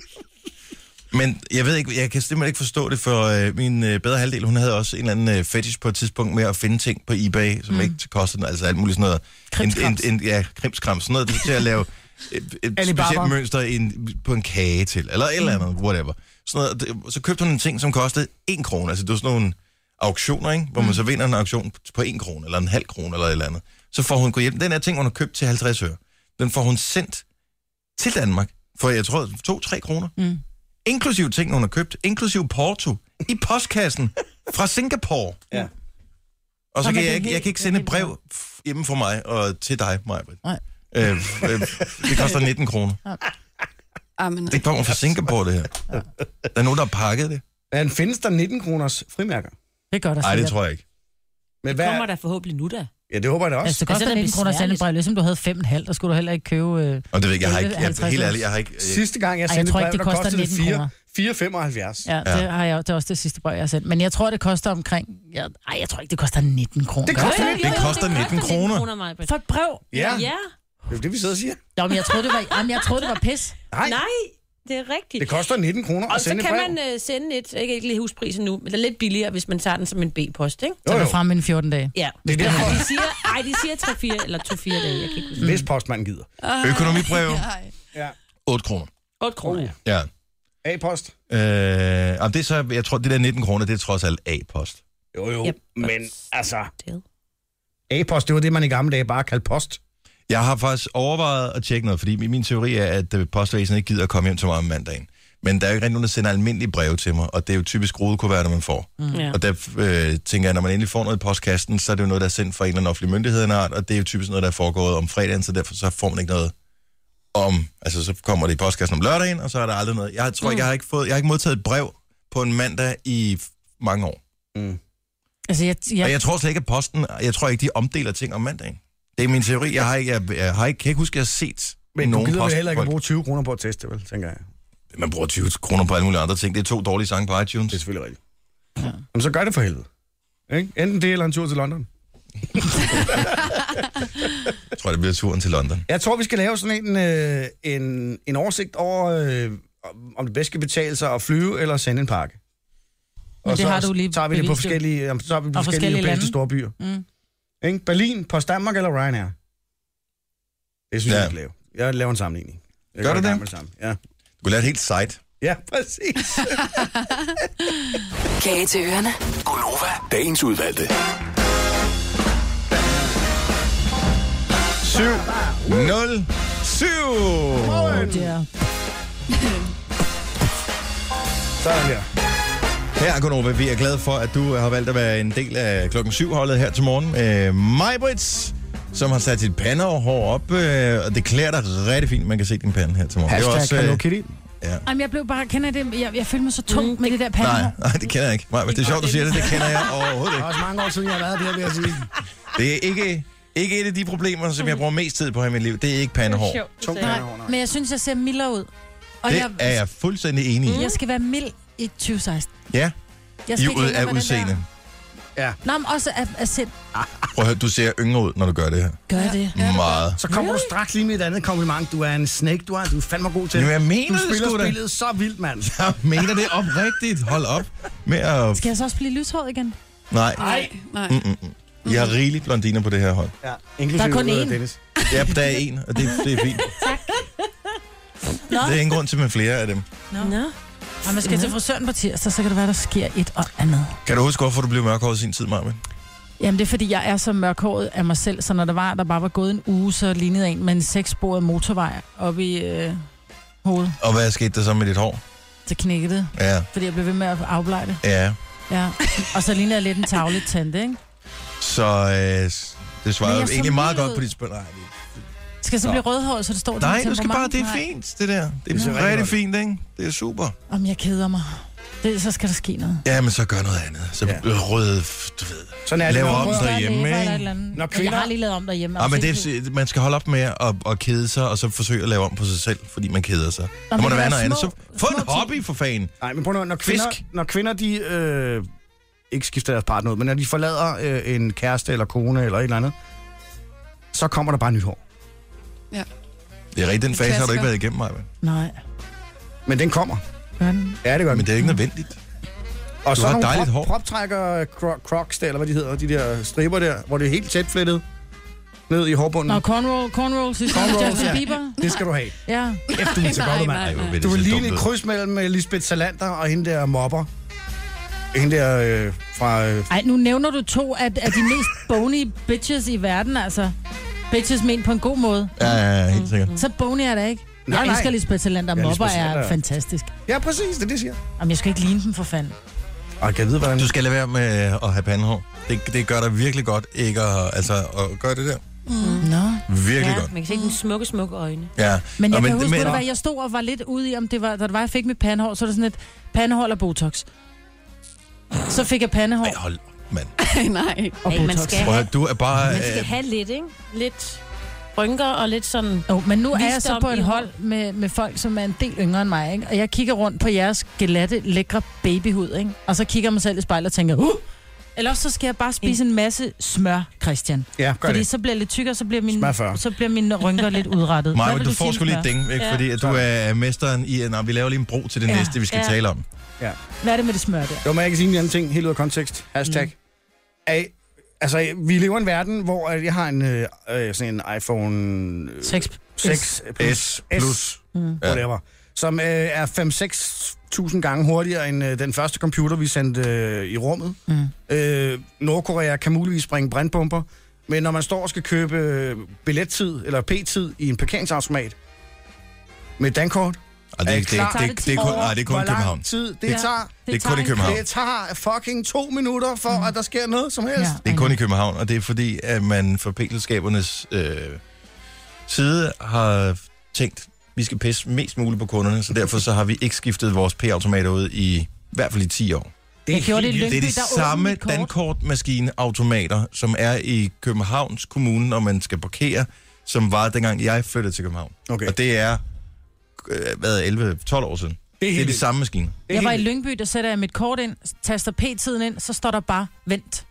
Men jeg ved ikke, jeg kan simpelthen ikke forstå det, for øh, min øh, bedre halvdel, hun havde også en eller anden øh, fetish på et tidspunkt med at finde ting på eBay, som mm. ikke koster altså alt muligt sådan noget. Krimskrams. En, en, en, ja, krimskrams. Sådan noget til at lave et, et Alibaba. specielt mønster i en, på en kage til, eller et eller andet, whatever. Sådan noget, det, så købte hun en ting, som kostede en krone. Altså det var sådan nogle auktioner, ikke? Hvor man så vinder en auktion på en krone, eller en halv krone, eller et eller andet. Så får hun gå hjem. Den her ting, hun har købt til halvtreds øre, den får hun sendt til Danmark for, jeg tror, to-tre kroner. Mm. Inklusiv ting, hun har købt, inklusiv porto, i postkassen fra Singapore. Ja. Og så Nå, kan men jeg, det er ikke, jeg helt- kan ikke det er sende et helt brev f- hjemme for mig og til dig, Majbrit. Nej. Øh, øh, det koster nitten kroner. Amen. Det kommer fra Singapore, det her. Der er nogen, der har pakket det. Men findes der nitten kroners frimærker? Det gør der Nej, det sikkert. tror jeg ikke. Men Det hvad? kommer der forhåbentlig nu da. Ja, det håber jeg da også. Altså, det koster Altså, det er nitten kroner at sende et brev. Ligesom du havde fem komma fem, der skulle du heller ikke købe... Øh... Og det ved jeg, jeg har ikke, jeg, halvtreds helt øre. ærligt, jeg har ikke... Jeg, Sidste gang, jeg Ej, jeg sendte tror et ikke, brev, det der koster kostede nitten fire- kroner. fire komma femoghalvfjerds. Ja, det, har jeg, det er også det sidste brev, jeg har sendt. Men jeg tror, det koster omkring... Ja, ej, jeg tror ikke, det koster nitten kroner. Det koster Ja, nitten. det koster nitten kroner. Majbrit. For et brev? Ja, Ja. det er jo det, vi sidder og siger. Nå, men jeg troede, det var, jamen, jeg troede, det var pis. Nej, Nej, det er rigtigt. det koster nitten kroner Og at så sende et kan brev. man uh, sende et, jeg kan ikke lige huske prisen nu, men det er lidt billigere, hvis man tager den som en B-post, ikke? Så Jo, er jo. det frem inden fjorten dage. Ja. Det er derfor. De siger, ej, de siger tre fire eller to fire dage, jeg kan ikke huske. Hvis postmanden gider. økonomibrev, Nej. Ja. otte kroner. otte kroner, ja. Ja. A-post. Øh, og det er så, jeg tror, det der nitten kroner, det er trods alt A-post. Jo, jo. Yep. Men altså, Det. A-post, det var det, man i gamle dage bare kaldte post. Jeg har faktisk overvejet at tjekke noget, fordi min teori er, at øh, postvæsenet ikke gider at komme hjem til mig om mandagen. Men der er jo ikke rigtig nogen, der sender almindelige breve til mig, og det er jo typisk rodekuverter, man får. Mm. Ja. Og der øh, tænker jeg, når man endelig får noget i postkassen, så er det jo noget, der er sendt fra en eller anden offentlig myndighed, en art, og det er jo typisk noget, der er foregået om fredagen, så derfor så får man ikke noget om, altså så kommer det i postkassen om lørdagen, og så er der aldrig noget. Jeg tror ikke, Mm. jeg har ikke fået, jeg har ikke modtaget et brev på en mandag i f- mange år. Altså, jeg, Ja. jeg, Og jeg tror slet ikke, at posten, jeg tror ikke, de omdeler ting om mandagen. Det er min teori. Jeg har ikke, jeg, jeg har ikke, kan ikke huske, at jeg har set Men nogen du gider vel post- heller ikke at bruge tyve kroner på at teste, vel, tænker jeg. Man bruger tyve kroner på alle mulige andre ting. Det er to dårlige sange på iTunes. Det er selvfølgelig rigtigt. Ja. Jamen, så gør det for helvede. Ikke? Enten det, eller en tur til London. Jeg tror, det bliver turen til London. Jeg tror, vi skal lave sådan en, øh, en, en oversigt over, øh, om det bedst skal betale sig at flyve eller sende en pakke. Men det så har du lige tager vi det på bevist jo. forskellige, jamen, så tager vi de Og forskellige forskellige europæiske lande. store byer. Mm. Ikke? Berlin, Post Danmark eller Ryanair? Det synes Ja. ja. jeg, jeg laver. Jeg laver en sammenligning. Jeg Gør går du i gang det? med det samme. Ja. Du kunne lave et helt site. Ja, præcis. Kage til ørerne. Gonova, dagens udvalgte. syv nul syv. ja. Sådan der. Her er Gunova. Vi er glade for, at du har valgt at være en del af klokken syv holdet her til morgen. Øh, Majbrits, som har sat sit pandehår op, øh, og det klæder dig rigtig fint, man kan se din pande her til morgen. Det er Hashtag også, øh, Hello Kitty. ja. Jamen, jeg blev bare, kender I det? Jeg, jeg følte mig så tung mm, med det der pande. Nej, nej, det kender jeg ikke. Majbrit, det er sjovt, du siger det. Det kender jeg overhovedet Det ikke. er også mange år siden, jeg har været der, vil jeg sige. Det er ikke, ikke et af de problemer, som jeg bruger mest tid på i mit liv. Det er ikke pandehår. Tung Nej, pandehår, nej. men jeg synes, jeg ser mildere ud. Og Det jeg, er jeg fuldstændig enig i. jeg skal være mild i tyve seksten. Ja, Jeg i skal ikke ud længere af være den udseende. der- Ja. Nå, men også at, at sætte... Prøv at høre, du ser yngre ud, når du gør det her. Gør det. Meget. Så kommer du straks lige med et andet kompliment. Du er en snake, du er, du er fandme god til. Jo, jeg mener du det spiller sgu da. spillet så vildt, mand. Jeg mener det oprigtigt. Hold op med at... Skal jeg så også blive lyshåret igen? Nej, Nej, nej. vi har rigeligt blondiner på det her hold. Ja, inklusive Der er kun øh, én. Dennis. Ja, der er en, og det, det er fint. Nå. Det er ingen grund til med flere af dem. Nå. Nå. Og man skal til frisøren på tirsdag, så kan det være, der sker et og andet. Kan du huske, hvorfor du blev mørkhåret i sin tid, Marvin? Jamen, det er, fordi jeg er så mørkhåret af mig selv, så når der var, der bare var gået en uge, så lignede jeg en med en sekssporet motorvej op i øh, hovedet. Og hvad skete der så med dit hår? Så knækkede det, Ja, fordi jeg blev ved med at afblege det. ja. Ja. Og så lignede jeg lidt en tavlet tante, ikke? Så øh, det Men svarer jeg jo så egentlig meget mild godt ud. på dit spørgsmål. Nej, det- Skal jeg så Nå. blive rødhåret, så det står Nej, til du skal bare, temperament? det er Nej. fint, det der. Det Det ser er rigtig rigtig godt. fint, ikke? Det er super. Om jeg keder mig. Det, så skal der ske noget. Ja, men så gør noget andet. Så Ja. ja. rød, du ved. Sådan er det. Lav når om du prøver- derhjemme, Læber eller ikke? et eller andet. Når Men kvinder- Jeg har lige lavet om derhjemme. Ja, og men set det, er- man skal holde op med at, at kede sig, og så forsøge at lave om på sig selv, fordi man keder sig. Der men må det der være er noget andet. små- Så få en små ting. hobby for fanden. Nej, men prøv nu, når kvinder, Fisk. når kvinder de øh, ikke skifter deres partner ud, men når de forlader øh, en kæreste eller kone eller et eller andet, så kommer der bare nyt hår. Det er rigtigt, den En fase har du klassiker. ikke været igennem, Maja. Nej. Men den kommer. Gør den? Ja, det gør Men den. det er ikke nødvendigt. Og du så har nogle dejligt prop, hår. proptrækker cro- crocs der, eller hvad de hedder, de der striber der, hvor det er helt tæt flettet ned i hårbunden. Nå, cornroll, cornroll, sidste Cornroll, Justin ja. Bieber. Det skal du have. Ja. Efter du er så Nej, godt, nej, mand. Ej, hvor nej. vil Du det vil se ligne dumt et ud. kryds mellem øh, Lisbeth Salander og hende der mobber. Hende der øh, fra... Øh, Ej, nu nævner du to af, af de mest bony bitches i verden, altså. Bitches men på en god måde. Ja, ja, ja, helt sikkert. Så bony er det ikke. Nej, Jeg nej. elsker Lisbeth Salander. Ja, Mobber Lisbeth Salander. er fantastisk. ja, præcis, det er det, jeg siger. Jamen, jeg skal ikke ligne dem for fanden. Og kan jeg vide, hvordan... Du skal lade være med at have pandehår. Det, det gør dig virkelig godt ikke at, altså, at gøre det der. Nå. Virkelig Ja, godt. man kan se den smukke, smukke øjne. Ja. Men jeg Og kan huske, men, men, hvad jeg stod og var lidt ude i, om det var, da det var, jeg fik mit pandehår, så var det sådan et pandehår eller Botox. Så fik jeg pandehår Ej, hold, mand. Nej. og Hey, man Botox. skal Prøv, have, at- du er bare... man skal øh, have lidt, ikke? Lidt rynker og lidt sådan... Jo, men nu er jeg så Visdom på i et hår. hold med, med folk, som er en del yngre end mig, ikke? Og jeg kigger rundt på jeres glatte, lækre babyhud, ikke? Og så kigger jeg mig selv i spejlet og tænker, uh! Eller også så skal jeg bare spise en masse smør, Christian. Ja, gør Fordi det. så bliver jeg lidt tykkere, så bliver, min, Smør før. så bliver mine rynker lidt udrettet. Hvad Maja, vil du sige får om sgu lige et smør? ding, ikke? Ja. Fordi at du er mesteren i... Nå, vi laver lige en bro til det Ja. næste, vi skal Ja. tale om. Ja. Hvad er det med det smør der? Jo, men jeg kan sige en anden ting, helt ud af kontekst. Hashtag. Mm. Af, altså, vi lever i en verden, hvor øh, jeg har en, øh, øh, sådan en iPhone øh, seks seks Plus, S plus. Mm. whatever, som øh, er fem til seks tusind gange hurtigere end øh, den første computer, vi sendte øh, i rummet. Mm. Øh, Nordkorea kan muligvis springe brandbomber, men når man står og skal købe øh, billettid eller p-tid i en parkeringsautomat med dankort, Og det, Er I det, det, klar? det, det, det, er kun, nej, det er kun hvor i København. lang tid det Ja. tager. Det er kun i tager København. Det tager fucking to minutter for, mm. at der sker noget som helst. Ja. Det er kun i København, og det er fordi, at man fra P-selskabernes øh, side har tænkt, vi skal pisse mest muligt på kunderne, så derfor så har vi ikke skiftet vores P-automater ud i, i hvert fald i ti år. Det Jeg gjorde det i helt vildt. Det er Lyngby, de der åbnede samme mit kort. dankortmaskineautomater, som er i Københavns Kommune, når man skal parkere, som var dengang jeg flyttede til København. Okay. Og det er, øh, hvad, elleve tolv år siden. Det er Det er helt de vildt. samme maskiner. Det er Jeg var i helt vildt. Lyngby, der sætter jeg mit kort ind, taster P-tiden ind, så står der bare vent.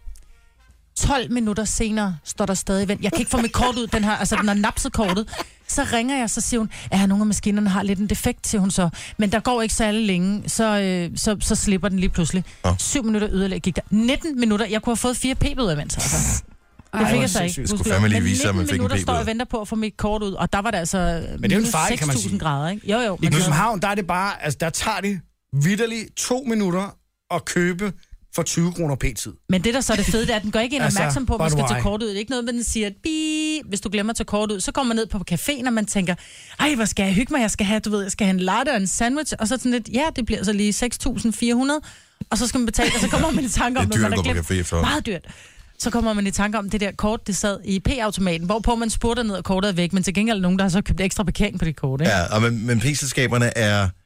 tolv minutter senere står der stadig vent. Jeg kan ikke få mit kort ud, den har, altså den har napset kortet. Så ringer jeg, så siger hun, at nogle af maskinerne har lidt en defekt, siger hun så. Men der går ikke særlig længe, så, øh, så, så slipper den lige pludselig. Nå. Syv minutter yderligere gik der. nitten minutter, jeg kunne have fået fire p-bøder imens, altså. Det fik hvor jeg så ikke. sindssygt. Skulle fandme lige Men vise sig, at man nitten fik en minutter står jeg p-bøde. og venter på at få mit kort ud, og der var det altså Men det er jo en fejl, kan man seks tusind sige. grader, ikke? Jo, jo. I Men så, København, der er det bare, altså der tager det vitterligt to minutter at købe for tyve kroner p-tid. men det, der så er det fede, det er, at den går ikke ind Altså, opmærksom på, at man but skal why? tage kort ud. Det er ikke noget, med den siger, bi, hvis du glemmer at tage kort ud. Så kommer man ned på caféen, og man tænker, ej, hvor skal jeg hygge mig? Jeg skal have, du ved, jeg skal have en latte og en sandwich. Og så sådan lidt, ja, det bliver så lige seks tusind fire hundrede. Og så skal man betale, og så kommer man i tanke om, Det er dyrt man at har gå på glemt. café for. Meget dyrt. Så kommer man i tanke om det der kort, det sad i P-automaten, hvorpå man spurgte ned, og kortet er væk, men til gengæld er der nogen, der har så købt ekstra parkering på det kort, ikke? Ja, og men, men P-selskaberne er... øh,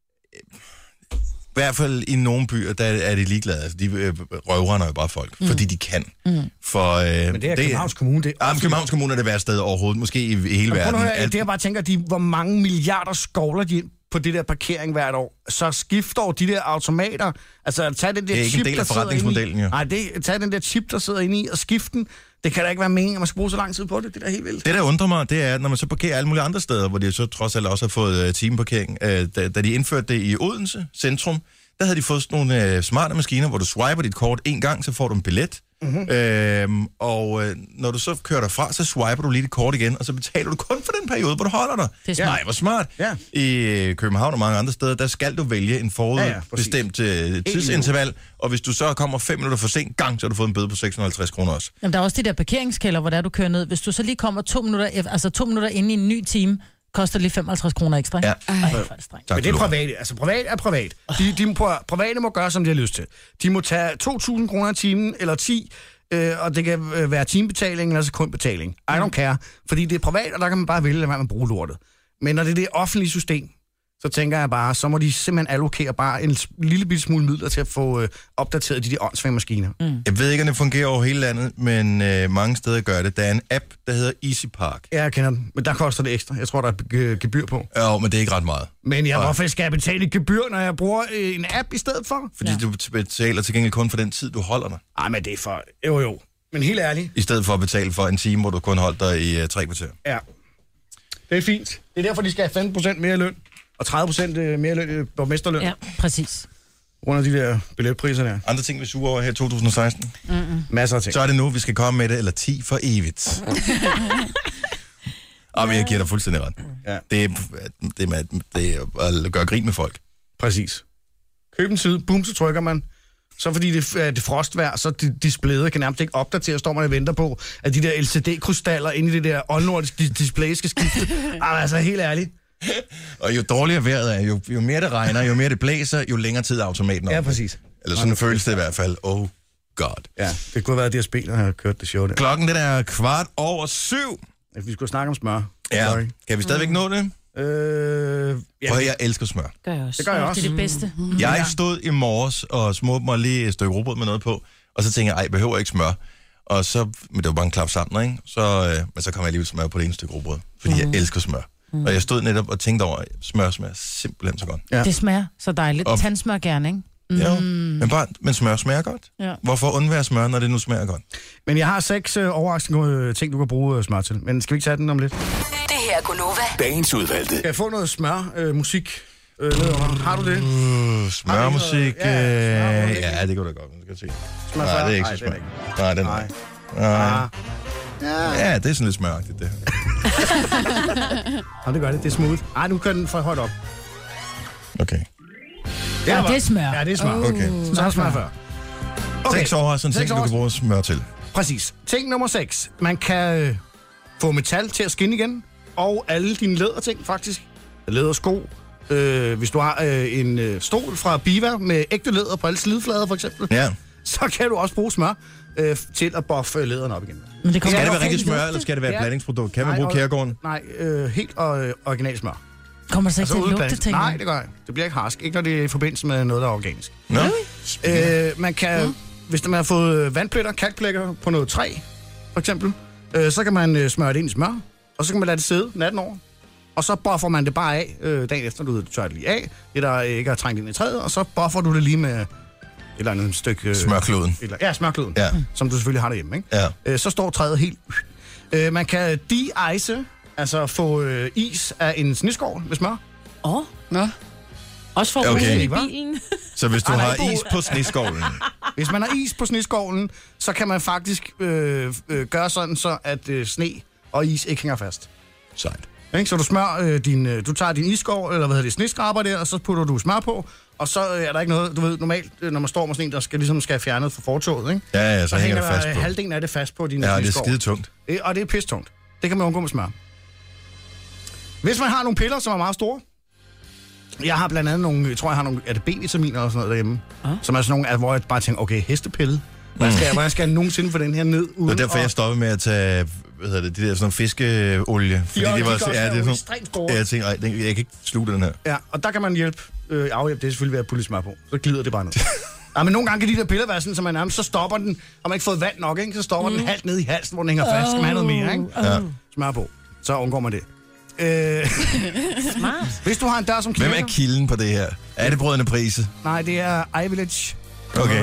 I hvert fald i nogle byer, der er de ligeglade. Altså, de øh, røvrender jo bare folk, mm. fordi de kan. Mm. For, øh, Men det er Københavns Kommune. Det er Ja, men Københavns Kommune er det værste sted overhovedet, måske i, i hele Men prøv verden. nu at høre, Alt- det er bare tænker, de, hvor mange milliarder skovler de ind på det der parkering hvert år, så skift over de der automater. Altså, tag den der Det er ikke chip, en del af der sidder inde i. forretningsmodellen, jo. Nej, det, tag den der chip, der sidder inde i, og skift den. Det kan da ikke være meningen, at man skal bruge så lang tid på det. Det er da helt vildt. Det, der undrer mig, det er, at når man så parkerer alle mulige andre steder, hvor de så trods alt også har fået uh, timeparkering, uh, da, da de indførte det i Odense centrum, der havde de fået sådan nogle uh, smarte maskiner, hvor du swiper dit kort en gang, så får du en billet. Mm-hmm. Øhm, og uh, når du så kører derfra, så swiper du lige dit kort igen, og så betaler du kun for den periode, hvor du holder dig. Det er smart. Nej, hvor smart. Ja. I København og mange andre steder, der skal du vælge en forudbestemt ja, ja, uh, tidsinterval, og hvis du så kommer fem minutter for sent gang, så har du fået en bøde på seks hundrede og halvtreds kroner også. Jamen, der er også de der parkeringskælder, hvor der du kører ned. Hvis du så lige kommer to minutter, ef- altså to minutter inde i en ny time, koster lige femoghalvtreds kroner ekstra. Ja. Ej, det er faktisk strengt. Tak Men det er for privat. Altså, privat er privat. De, de må, private må gøre, som de har lyst til. De må tage to tusind kroner i timen, eller ti, øh, og det kan øh, være timebetaling eller sekundbetaling. I don't care. Fordi det er privat, og der kan man bare vælge, hvad man bruger lortet. Men når det er det offentlige system, så tænker jeg bare, så må de simpelthen allokere bare en lille bitte smule midler til at få øh, opdateret de der åndssvage maskiner. Mm. Jeg ved ikke, om det fungerer over hele landet, men øh, mange steder gør det. Der er en app, der hedder Easy Park. Ja, jeg kender den, men der koster det ekstra. Jeg tror, der er g- gebyr på. Ja, men det er ikke ret meget. Men jeg, Ja. hvorfor skal jeg betale et gebyr, når jeg bruger øh, en app i stedet for? Fordi ja. du betaler til gengæld kun for den tid, du holder dig. Ej, men det er for... Jo, jo. Men helt ærligt. I stedet for at betale for en time, hvor du kun holdt dig i uh, tre kvarter. Ja. Det er fint. Det er derfor, de skal have femten procent mere løn. Og tredive procent mere løn i borgmesterløn. Ja, præcis. Rundt af de der billetpriser der. Andre ting, vi suger over her i to tusind og seksten. Mm-mm. Masser af ting. Så er det nu, vi skal komme med det, eller ti for evigt. Og jeg giver dig fuldstændig ret. Ja. Det, er, det, er, det er at gøre grin med folk. Præcis. Køb en side, boom, så trykker man. Så fordi det er det frostvejr, så displayet kan nærmest ikke opdatere, står man og venter på, at de der L C D-krystaller inde i det der åndlortiske display skal skifte. Ej, altså helt ærligt. Og jo dårligere vejret er, jo, jo mere det regner, jo mere det blæser, jo længere tid er automaten om. Ja, præcis. Eller sådan føles det i hvert fald. Oh god. Ja, det kunne have været, at D S B, der har kørt det show der. Klokken den er kvart over syv. Vi skulle snakke om smør. Ja, Sorry. kan vi stadigvæk nå det? Øh, ja, Og jeg elsker smør. Gør jeg også. det gør jeg også. Det er det bedste. Mm. Jeg stod i morges og smurte mig lige et stykke rugbrød med noget på, og så tænkte jeg, ej, behøver jeg ikke smør. Og så, men det var bare en klap sammen, ikke? Så, øh, men så kom jeg alligevel smør på det ene stykke rugbrød, fordi mm. jeg elsker smør. Mm. Og jeg stod netop og tænkte over, at smør smager simpelthen så godt. Ja. Det smager så dejligt. Og- Tandsmør gerne, ikke? Mm. Ja, men, bare, men smør smager godt. Ja. Hvorfor undvære smør, når det nu smager godt? Men jeg har seks øh, overraskende øh, ting, du kan bruge øh, smør til. Men skal vi ikke tage den om lidt? Det her er Gunova. Dagens udvalgte. Kan jeg få noget smør, øh, musik øh, nedenunder? Har du det? Uh, smørmusik. Ja, Ja, smør, ja, det kunne da godt. Skal se. Smør Nej, før? det er ikke Nej, så den smør. er ikke. Nej, den er Nej. ikke. Nej. Ah. Ja. Ja, det er sådan lidt smøragtigt, det her. Nå, det gør det. Det er smooth. Ej, nu kører den for højt op. Okay. Ja, det er smør. Ja, det er smør. Okay. Så har smør før. Okay. Seks overraskende ting, Seks du kan bruge smør til. Præcis. Ting nummer seks. Man kan øh, få metal til at skinne igen. Og alle dine læderting, faktisk. Lædersko. Øh, hvis du har øh, en øh, stol fra Biva med ægte læder på alle slidflader, for eksempel, Ja. så kan du også bruge smør øh, til at buffe læderen op igen. Men det kommer Skal det an være på- rigtig smør, eller skal det være et Ja. blandingsprodukt? Kan man Nej, bruge og- kærgården? Nej, øh, helt øh, original smør. Kommer det så ikke til at uden lugte, blanding. tænker Nej, jeg? det gør jeg. Det bliver ikke harsk. Ikke når det er i forbindelse med noget, der er organisk. Nå? Øh, man kan, hvis man har fået vandpletter, kalkpletter på noget træ, for eksempel, øh, så kan man øh, smøre det ind i smør, og så kan man lade det sidde natten over. Og så buffer man det bare af øh, dagen efter, du tørrer det lige af, det der ikke er trængt ind i træet, og så buffer du det lige med et eller andet stykke... Øh, Smørkloden. eller, ja, smørkloden, Ja. som du selvfølgelig har derhjemme, ikke? Ja. Øh, så står træet helt... Øh, man kan de-ice, altså få øh, is af en sneskovl med smør. Åh, oh, Nå, også for Okay. okay. i Hva'? bilen. Så hvis du Ej, nej, har bo- is på sneskovlen, Hvis man har is på sneskovlen, så kan man faktisk øh, øh, gøre sådan, så at øh, sne og is ikke hænger fast. sejt. Ikke? Så du smør øh, din, øh, du tager din iskov, eller hvad hedder det, sneskraber der, og så putter du smør på, og så øh, er der ikke noget, du ved, normalt, øh, når man står med sådan en, der skal ligesom skal have fjernet fra fortoget, ikke? Ja, ja, så, Så hænger hænger det fast der på. øh, halvdelen af det fast på din Ja, det er sneskov. skide tungt. Øh, Og det er pistungt. Det kan man undgå med smør. Hvis man har nogle piller, som er meget store, jeg har blandt andet nogle, jeg tror, jeg har nogle, er det B-vitaminer og sådan noget derhjemme, ah. som er sådan nogle, altså, hvor jeg bare tænker, okay, hestepille, hvad skal, hvad skal jeg nogensinde få den her ned? Det Uden var derfor, at- jeg stoppede med at tage, hvad hedder det, de der sådan nogle fiskeolie. Fordi De, det de var, kan også ja, være det er sådan, ekstremt store. ja, jeg tænkte, ej, den, jeg kan ikke sluge den her. Ja, og der kan man hjælpe, øh, afhjælpe det, er selvfølgelig ved at putte lidt smør på. Så glider det bare ned. Ja, men nogle gange kan de der piller være sådan, så man nærmest, så stopper den, har man ikke fået vand nok, ikke? Så stopper mm. den halvt ned i halsen, hvor den hænger fast. Skal man have noget mere, ikke? Ja. Smør på. Så undgår man det. Øh, Smart. hvis du har en dør som knirker... Hvem er kilden på det her? Er det Brødrene Prise? Nej, det er iVillage. Okay.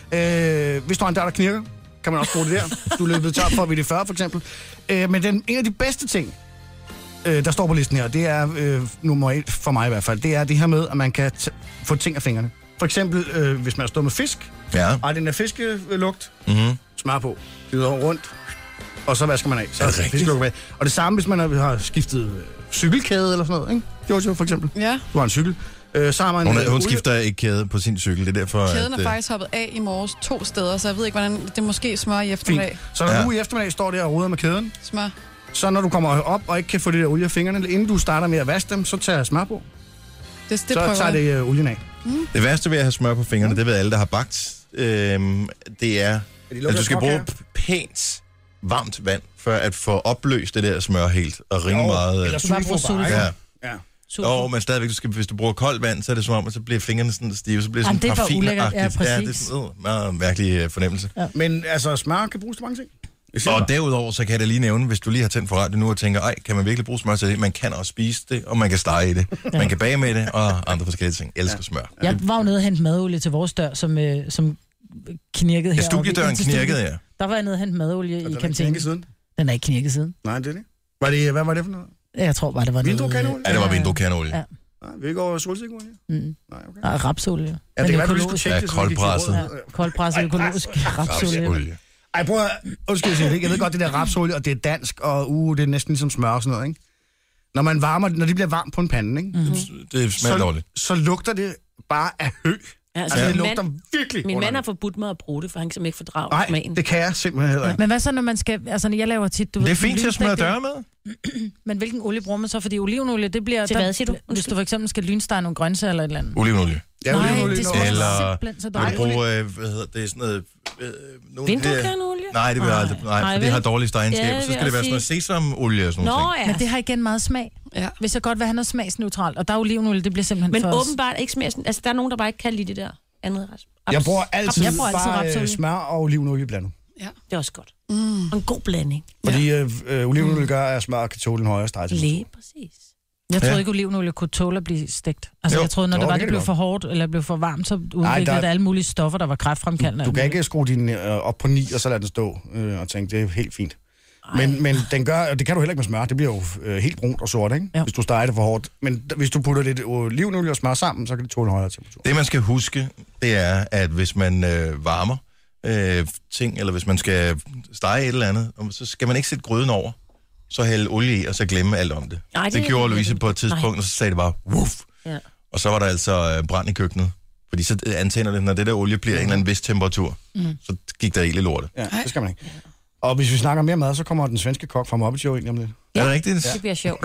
Øh, hvis du har en dør, der knirker, kan man også bruge det der. Du er løbet tør for V D fyrre, for eksempel. Øh, men den, en af de bedste ting, øh, der står på listen her, det er øh, nummer et for mig i hvert fald, det er det her med, at man kan t- få ting af fingrene. For eksempel, øh, hvis man har stået med fisk, Ja. og den der fiskelugt, Mm-hmm. smør på, glider rundt, og så vasker man af. Så Er det rigtigt? fiskelugt med. Og det samme, hvis man har, har skiftet øh, cykelkæde eller sådan noget, ikke? Giorgio, for eksempel. Ja, Du har en cykel. Øh, så har man... Hun, øh, hun olie- skifter ikke kæde på sin cykel, det er derfor, kæden at... er øh, faktisk hoppet af i morges to steder, så jeg ved ikke, hvordan det måske smør i eftermiddag. Fint. Så når Ja. du i eftermiddag står der og roder med kæden, Smør. så når du kommer op og ikke kan få det der olie af fingrene, inden du starter med at vaske dem, så tager jeg smør på. Det, det Så prøver tager jeg. det øh, olien af. Det værste ved at have smør på fingrene, det ved alle, der har bagt, øhm, det er, at du skal bruge p- pænt varmt vand, for at få opløst det der smør helt, og ringe meget... Eller øh, Du bare bruger sulfur bare, sulfur. ikke? Ja. Ja. Jo, men stadigvæk, du skal, hvis du bruger koldt vand, så er det som om, at så bliver fingrene sådan stive, så bliver det Jamen, sådan det er for ulækkert. Ja, parfumeagtigt. Ja, det er præcis. sådan en øh, meget mærkelig øh, fornemmelse. Ja. Men altså, smør kan bruges til mange ting. Jeg siger Og bare. derudover, så kan jeg da lige nævne, hvis du lige har tændt for radio nu og tænker, ej, kan man virkelig bruge smør til det? Man kan også spise det, og man kan stege i det. Man kan bage med det, og andre forskellige ting. Jeg elsker smør. Jeg var jo nede og hente madolie til vores dør, som, øh, som knirkede her. Ja, studiedøren knirkede, ja. Der var jeg nede og hente madolie Og i den er kantinen. knækket siden. Den er ikke knirket siden. Nej, det er det. Var det, hvad var det for noget? Jeg tror bare, det var noget... Vindruekanolie? Ja, det var vindruekanolie. Ja. Nej, vi er ikke over solsikkeolie. Mm. Nej, okay. Nej, rapsolie. Ja, det kan være, du lige skulle økologisk. tjekke Ja, det. så vi gik til koldpresset. råd. Ja, koldpresset økologisk rapsolie. Rapsolie. Ej, prøv at... Undskyld, jeg siger det ikke. Jeg ved godt, det der rapsolie, og det er dansk, og uh, det er næsten ligesom smør og sådan noget, ikke? Når man varmer, når de bliver varmt på en pande, ikke? Mm. Det smager dårligt. Så, så lugter det bare af hø. Ja, Altså, det min lugter mand, virkelig min mand har underligt. forbudt mig at bruge det, for han kan simpelthen ikke fordrage Nej, smagen. det kan jeg simpelthen heller ikke. Men hvad så, når man skal... Altså, når jeg laver tit... Du Det er ved, fint til at smøre lynstegt, døre med. Men hvilken olie bruger man så? Fordi olivenolie, det bliver... Til hvad, siger du? Hvis du for eksempel skal lynstege nogle grøntsager eller et eller andet. Olivenolie. Ja, Nej, olivenolie, det når- skal Eller- simpelthen så Vil du dårligt. bruge, øh, hvad hedder det, sådan noget... Øh, nogle af de der- Vindruekanolie? Nej, det vil jeg aldrig. Nej, Nej, for det vel? har dårlig stegenskab. Ja, det Så vil skal det jeg være sådan noget sesamolie og sådan Nå, noget. ja. Men det har igen meget smag. Ja. Hvis jeg godt vil have noget smagsneutralt, og der er olivenolie, det bliver simpelthen Men for... åbenbart ikke smager sådan... Altså, der er nogen, der bare ikke kan lide det der andet ret. Jeg bruger altid, Jeg bruger altid bare øh, rapsolie. smør og olivenolie blandet. Det er også godt. Mm. Og en god blanding. Fordi øh, øh, olivenolie gør, at smør kan tåle en højere stegetemperatur. Lige præcis. Jeg troede Ja. ikke, olivenolie kunne tåle at blive stegt. Altså, Jo. jeg troede, når Jo, det var, det det kan blev det for hårdt, eller blev for varmt, så udviklede der- det alle mulige stoffer, der var kræftfremkaldende. Du kan ikke skrue din øh, op på ni, og så lade den stå øh, og tænke, det er helt fint. Men, men den gør, og det kan du heller ikke med smør, det bliver jo øh, helt brunt og sort, ikke? Ja. Hvis du steger det for hårdt. Men d- hvis du putter lidt olivenolie og smør sammen, så kan det tåle en højere temperatur. Det, man skal huske, det er, at hvis man øh, varmer øh, ting, eller hvis man skal stege et eller andet, så skal man ikke sætte gryden over, så hælde olie i, og så glemme alt om det. Ej, det det er gjorde ikke Louise rigtigt. på et tidspunkt, Nej. og så sagde det bare, wuff. Ja. Og så var der altså øh, brand i køkkenet. Fordi så antænder det, når det der olie bliver en eller anden vis temperatur, mm. så gik der ild i lortet. Ja, det skal man ikke. Og hvis vi snakker mere mad, så kommer den svenske kok fra Muppet Show ind om lidt. Ja. Er det rigtigt? Det bliver sjovt.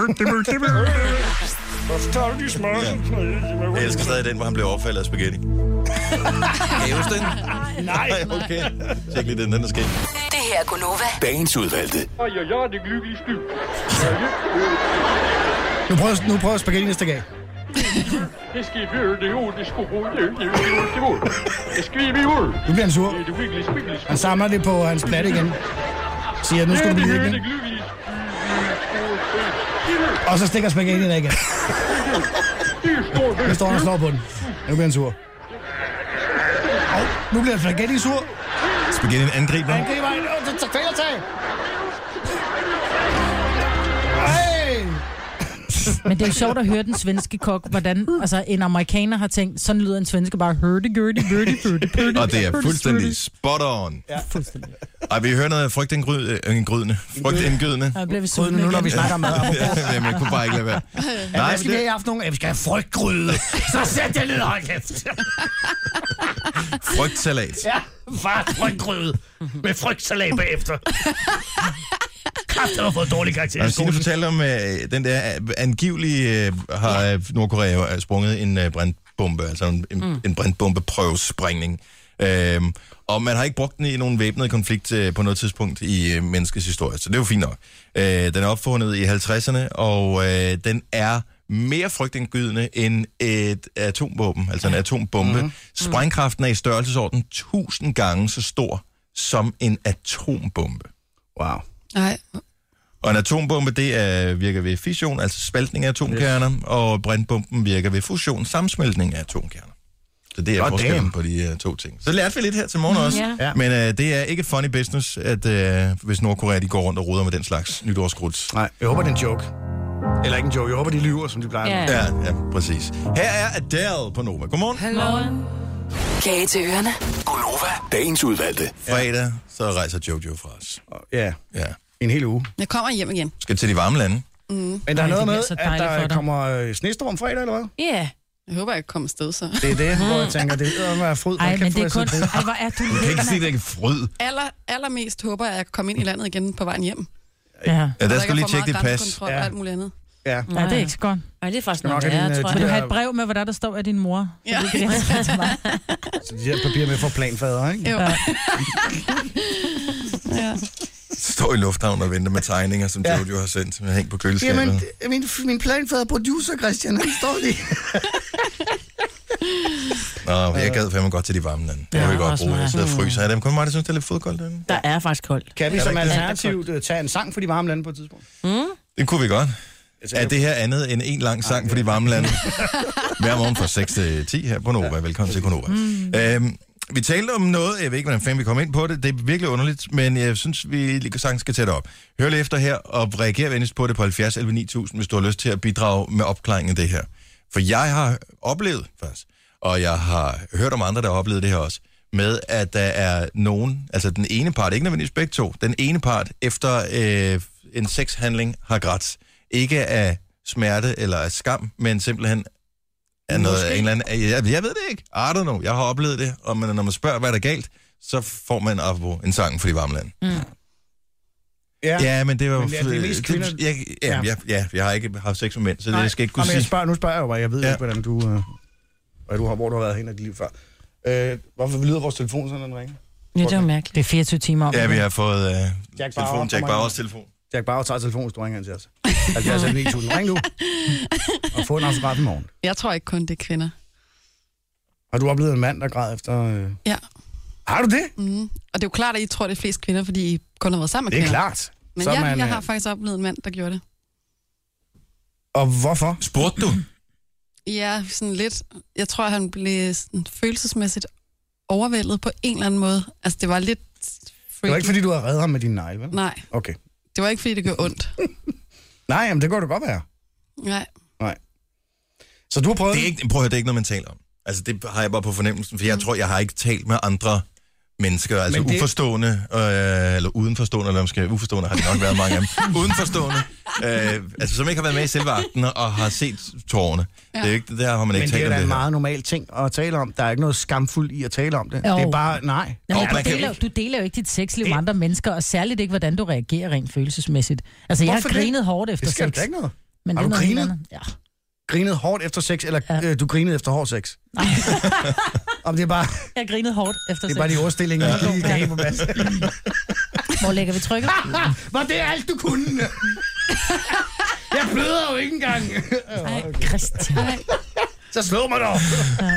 Jeg elsker stadig den, hvor han blev overfaldet af spaghetti. Kan I huske den? Nej. Nej, okay. Tjek lige den, den er sket. Det her er Gunova. Dagens udvalgte. Nu prøver, nu prøver spaghetti næste gang. Det skal vi gøre, det er jo, det skal vi gøre, det skal vi gøre. Det skal vi gøre. Nu bliver han sur. Det er det virkelig, virkelig. Han samler det på hans plat igen. Siger, nu skal du blive liggende. Og så stikker spaghetti der igen. Nu står han og slår på den. Nu bliver han sur. Og nu bliver spaghetti sur. Spaghettien angriber. Han griber ind. Åh, det tager fældertag. Hey! Men det er jo sjovt at høre den svenske kok, hvordan altså, en amerikaner har tænkt, sådan lyder en svenske bare hurdy-gurdy, hurdy-gurdy, hurdy. Og det er fuldstændig spot on. Ja. Fuldstændig. Ej, vi hører noget frygtindgrydende. Frygtindgydende. Og jeg bliver vi Gryden sultne nu, når igen. vi snakker om mad. Ja, men jeg kunne bare ikke lade være. Nej, Hvad skal vi det have i aften nogen? Ja, vi skal have frygtgryde. Så sæt det ned, hold kæft. er frygtsalat. Ja, far, frygtgryde. Med frygtsalat bagefter. Kræfter har fået dårlig karakter. Og Signe fortalte om øh, den der øh, angivelige øh, har øh, Nordkorea øh, sprunget en øh, brandbombe, altså en, en, mm. en brandbombeprøvesprængning. Øhm, og man har ikke brugt den i nogen væbnet konflikt øh, på noget tidspunkt i øh, menneskets historie, så det er jo fint nok. Øh, den er opfundet i halvtredserne, og øh, den er mere frygtindgydende end et atomvåben, altså en atombombe. Mm-hmm. Sprængkraften er i størrelsesorden tusind gange så stor som en atombombe. Wow. Nej. Og en atombombe, det er, virker ved fission, altså spaltning af atomkerner, yes. og brintbomben virker ved fusion, sammensmeltning af atomkerner. Så det er God forskellen damn. på de uh, to ting. Så lærte vi lidt her til morgen også. Ja. Ja. Men uh, det er ikke funny business, at uh, hvis Nordkorea de går rundt og ruder med den slags nytårskrudt. Nej, jeg håber, det er en joke. Eller ikke en joke, jeg håber, de lyver, som de plejer. Ja. Ja, ja, præcis. Her er Adele på Nova. Godmorgen. Godmorgen. Kage til ørerne. Gonova, dagens udvalgte. Fredag, så rejser Jojo fra os. Ja, Ja. en hel uge. Jeg kommer hjem igen. Skal til de varme lande. Men der er Ej, noget det med, bliver så at dejligt for der dig. kommer øh, snestorm fredag, eller hvad? Ja. Jeg håber, jeg kommer afsted så. Det er det, hvor jeg tænker, det er være fryd. Ej, Hold men kæft, det er hvor jeg kun... sidder Ej, hvor er du Du kan ikke sige, lækker. det ikke fryd. Aller, allermest håber jeg, at jeg kan komme ind i landet igen på vejen hjem. Ja. Ja, der ikke skal du lige er for tjekke dit meget pas. grænsekontrol Ja. og alt muligt andet. Ja. ja, det er ikke så godt. Ej, det er faktisk Skal noget nok have værre, din, øh, tror de Vil jeg. du der- have et brev med, hvad der, der står af din mor? Ja. Det kan jeg sige til mig. Så de her papirer med for planfader, ikke? Jo. Ja. Står i lufthavnen og venter med tegninger, som Ja. Jojo har sendt, som er hængt på køleskabet. Jamen, min, min planfader producer, Christian, han står lige. Nå, jeg gad fandme godt til de varme lande. Det Ja, kan vi godt også bruge. mig. Jeg sidder og fryser. Er det kun mig, der synes, det er lidt fodkoldt derinde? Der er faktisk koldt. Kan vi Ja, som det er alternativ øh, tage en sang for de varme lande på et tidspunkt? Det kunne vi godt. Altså, Er det her andet end en lang sang for de varme lande? Hver morgen fra seks til ti her på Nova. Velkommen til Nova. Mm. Øhm, vi talte om noget, jeg ved ikke, hvordan fanden vi kom ind på det. Det er virkelig underligt, men jeg synes, vi lige sagtens skal tage det op. Hør lige efter her, og reager venligst på det på halvfjerds elleve ni tusind, hvis du har lyst til at bidrage med opklaringen af det her. For jeg har oplevet først, og jeg har hørt om andre, der har oplevet det her også, med at der er nogen, altså den ene part, ikke nødvendigvis begge to, den ene part efter øh, en sexhandling har grædt. Ikke af smerte eller af skam, men simpelthen af noget af en eller anden... Jeg, jeg ved det ikke. I don't know. Jeg har oplevet det, og man, når man spørger, hvad der er galt, så får man apropos en sang for de varme lande. Mm. Ja. Ja, men det var... Men det er- det er mest kvinder- Jeg, ja, Ja. ja. Ja, jeg har ikke haft sex med mænd, så det jeg skal ikke kunne Jamen, jeg sige... spørger, nu spørger jeg jo bare, jeg ved Ja. ikke, hvordan du, øh, hvad du har, hvor du har været hen i dit liv før. Øh, hvorfor lyder vores telefon sådan, den ringer? Ja, det var mærkeligt. Det er fireogtyve timer om. Ja, vi har fået uh, Jack telefon, Bauer Jack kommer Bauers ind. telefon. Jack Bauer tager telefonen, hvis du ringer ind til os. halvfjerds elleve ni tusind. Ring nu. Og få en autograf i morgen. Jeg tror ikke kun, det er kvinder. Har du oplevet en mand, der græd efter... Øh... Ja. Har du det? Mm. Og det er jo klart, at I tror, det er flest kvinder, fordi I kun har været sammen med Det er kvinder. klart. Men Så er jeg, man, jeg øh, har faktisk oplevet en mand, der gjorde det. Og hvorfor? Spurgte du? Ja, sådan lidt. Jeg tror, han blev sådan følelsesmæssigt overvældet på en eller anden måde. Altså, det var lidt freaky. Det var ikke, fordi du har reddet ham med din negl, vel? Nej, Okay. det var ikke, fordi det gjorde ondt. Nej, jamen det går det godt være. Nej. Nej. Så du har prøvet Det er ikke, prøv at høre, det er ikke noget, man taler om. Altså, det har jeg bare på fornemmelsen, for jeg tror, jeg har ikke talt med andre mennesker, altså Men det- uforstående, øh, eller udenforstående, eller måske uforstående har det nok været mange af dem, udenforstående, øh, altså som ikke har været med i selve akten og har set tårerne. Ja. Det er ikke, der har man ikke Men det talt er om da det en her. meget normal ting at tale om. Der er ikke noget skamfuldt i at tale om det. Jo. Det er bare, nej. Jamen, Og du, man kan- deler, du deler jo ikke dit sexliv Det- med andre mennesker, og særligt ikke, hvordan du reagerer rent følelsesmæssigt. Altså, jeg Hvorfor har det? grinet hårdt efter Det skal sex. da ikke noget. Men Har det er du noget helt grinet? andet. Ja. Grinet hårdt efter sex, eller Ja. øh, du grinede efter hård sex? Om det er bare, Jeg har grinet hårdt efter det sex. er bare de ordstillinger, der lige kan have på plads. Hvor lægger vi trykket? Var det alt, du kunne? Jeg bløder jo ikke engang. Nej. Christian. Nej. Så slå mig dog.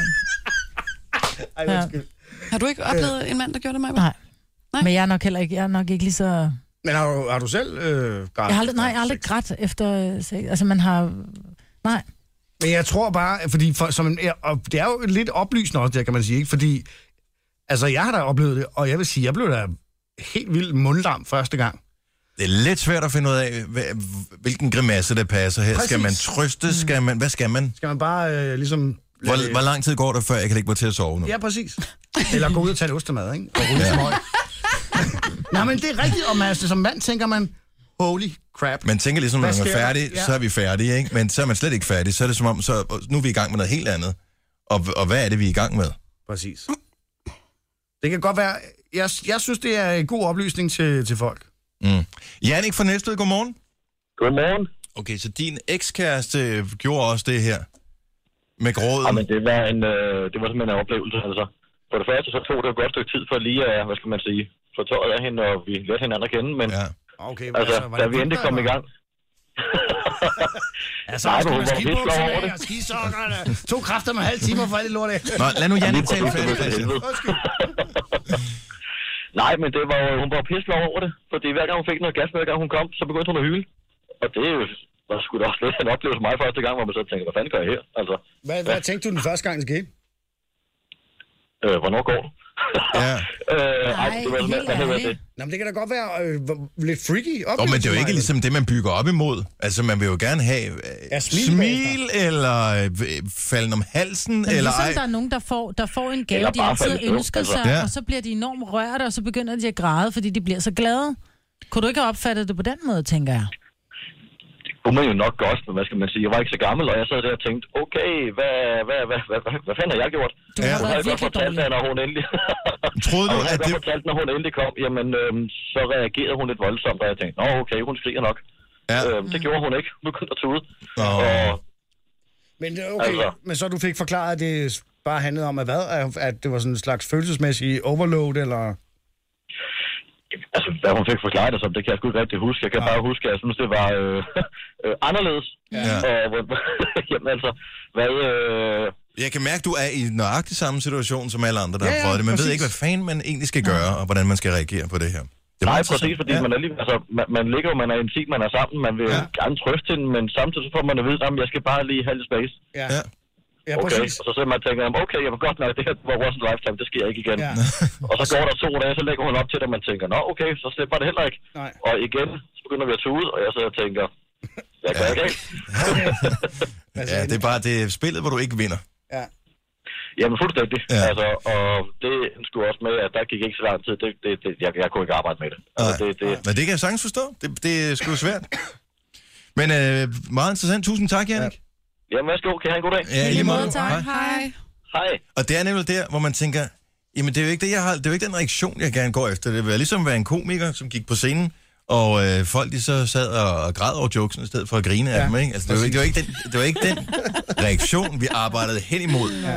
Ej, Ja. undskyld. Har du ikke oplevet en mand, der gjorde det, Maja? Nej. Nej. Men jeg er nok heller ikke, jeg er nok ikke lige så... Men har du, har du selv øh, grædt? Jeg har aldrig, nej, jeg har aldrig grædt efter sex. Altså, man har... Nej. Men jeg tror bare, fordi for, som en, og det er jo lidt oplysende også, der kan man sige, ikke? Fordi, altså jeg har da oplevet det, og jeg vil sige, jeg blev da helt vildt mundlam første gang. Det er lidt svært at finde ud af, hvad- hvilken grimasse der passer her. Præcis. Skal man trøste? Skal man, hvad skal man? Skal man bare øh, ligesom... Hvor, hvor lang tid går der, før jeg kan lægge mig til at sove nu? Ja, præcis. Eller gå ud og tage en ostemad, ikke? Og ryge Ja. ja. smøg. Nej, men det er rigtigt, og man, altså, som mand tænker man, holy crap. Man tænker ligesom, Hvad når man er sker der? færdig, Ja. så er vi færdige, ikke? Men så er man slet ikke færdig. Så er det som om, så, nu er vi i gang med noget helt andet. Og, og hvad er det, vi er i gang med? Præcis. Det kan godt være... Jeg, jeg synes, det er en god oplysning til, til folk. Mm. Jannik fra Næstved, godmorgen. Godmorgen. Okay, så din ekskæreste gjorde også det her med gråden. Jamen, det var, en, øh, det var simpelthen en oplevelse, altså. For det første, så tog det jo et godt stykke tid for lige at, hvad skal man sige, få tøjet af hende, og vi lærte hinanden at kende, men Ja. Okay, altså, var da det vi endelig vinter, kom i eller? gang. Altså, Nej, skulle du man var virkelig skibukserne over af, det. og skisokkerne. To kræfter med halv timer for alt det lort af. Nå, lad nu Jannik tale Det var færdig, for Christian. helvede. Nej, men det var, hun var pisselig over det. Fordi hver gang hun fik noget gas, hver gang hun kom, så begyndte hun at hyle. Og det er jo... Der skulle da også lidt en oplevelse mig første gang, hvor man så tænker, hvad fanden gør jeg her? Altså, hvad, hvad tænkte du den første gang, det skete? Øh, hvornår går det? Ja. øh, ej, det var helt hvad hedder det? Nå, men det kan da godt være øh, lidt freaky oplevelse. Oh, men det er jo ikke mig, ligesom det, man bygger op imod. Altså, man vil jo gerne have øh, Ja, smil smil, eller øh, falden om halsen, Men eller ligesom ej. der er nogen, der får, der får en gave, Eller de bare altid falde i søvn, ønsker altså. sig, Ja. og så bliver de enormt rørte, og så begynder de at græde, fordi de bliver så glade. Kunne du ikke have opfattet det på den måde, tænker jeg? Det kunne man jo nok godt, men hvad skal man sige? Jeg var ikke så gammel, og jeg sad der og tænkte, okay, hvad, hvad, hvad, hvad, hvad, hvad fanden har jeg gjort? Du har Ja. Hun været havde godt virkelig fortalt, dårlig. når hun endelig... Troede og du, hun havde at godt det... fortalt, når hun endelig kom, jamen, øhm, så reagerede hun lidt voldsomt, og jeg tænkte, nå okay, hun skriger nok. Ja. Øhm, det gjorde hun ikke. Hun begyndte at tude. Nå. Og Men det er okay, Altså. men så du fik forklaret, at det bare handlede om, at hvad? At- At det var sådan en slags følelsesmæssig overload, eller... altså, hvad hun fik forklaret det som, det kan jeg sgu ikke rigtig huske. Jeg kan bare huske, at jeg synes, det var øh, øh, anderledes. Ja. Og, jamen altså, hvad... Øh, Jeg kan mærke, at du er i nøjagtig samme situation som alle andre, der Ja, har ja, prøvet det. Man ved præcis. ikke, hvad fanden man egentlig skal gøre, og hvordan man skal reagere på det her. Det er nej, meget præcis, interessant. fordi Ja. man er lige... Altså, man, man ligger jo, man er intim, man er sammen, man vil Ja. ja. gerne trøste hende, men samtidig så får man at vide, at jeg skal bare lige have lidt space. Ja, Ja. ja Okay, præcis. og så sidder man og tænker, okay, jeg var godt nok, det her var once in a lifetime, det sker ikke igen. Ja. Og så går der to dage, så lægger hun op til det, og man tænker, nå okay, så slipper det heller ikke. Nej. Og igen, så begynder vi at tude, og jeg sidder og tænker, jeg gør ikke. Altså, Ja, det er bare det er spillet, hvor du ikke vinder. Ja. Jamen fuldstændig. Ja. Ja. Altså, og det skulle også med, at der gik ikke så lang tid. Det, det, det, jeg, jeg kunne ikke arbejde med det. Altså, Nej. det, det Men det kan jeg sagtens forstå. Det, det er sgu svært. Men øh, meget interessant. Tusind tak, Jannik. jamen værsgo, kan I have en god dag? Ja, i lige måde. tak. Hej. Hej. Hej. Og det er nemlig der, hvor man tænker, jamen det er jo ikke det, jeg har, det er jo ikke den reaktion, jeg gerne går efter. Det vil ligesom være en komiker, som gik på scenen, og øh, folk de så sad og, og græd over jokesen, i stedet for at grine ja, af dem, ikke? Altså, det var, ikke- det var ikke den, det var ikke den reaktion, vi arbejdede hen imod. Ja.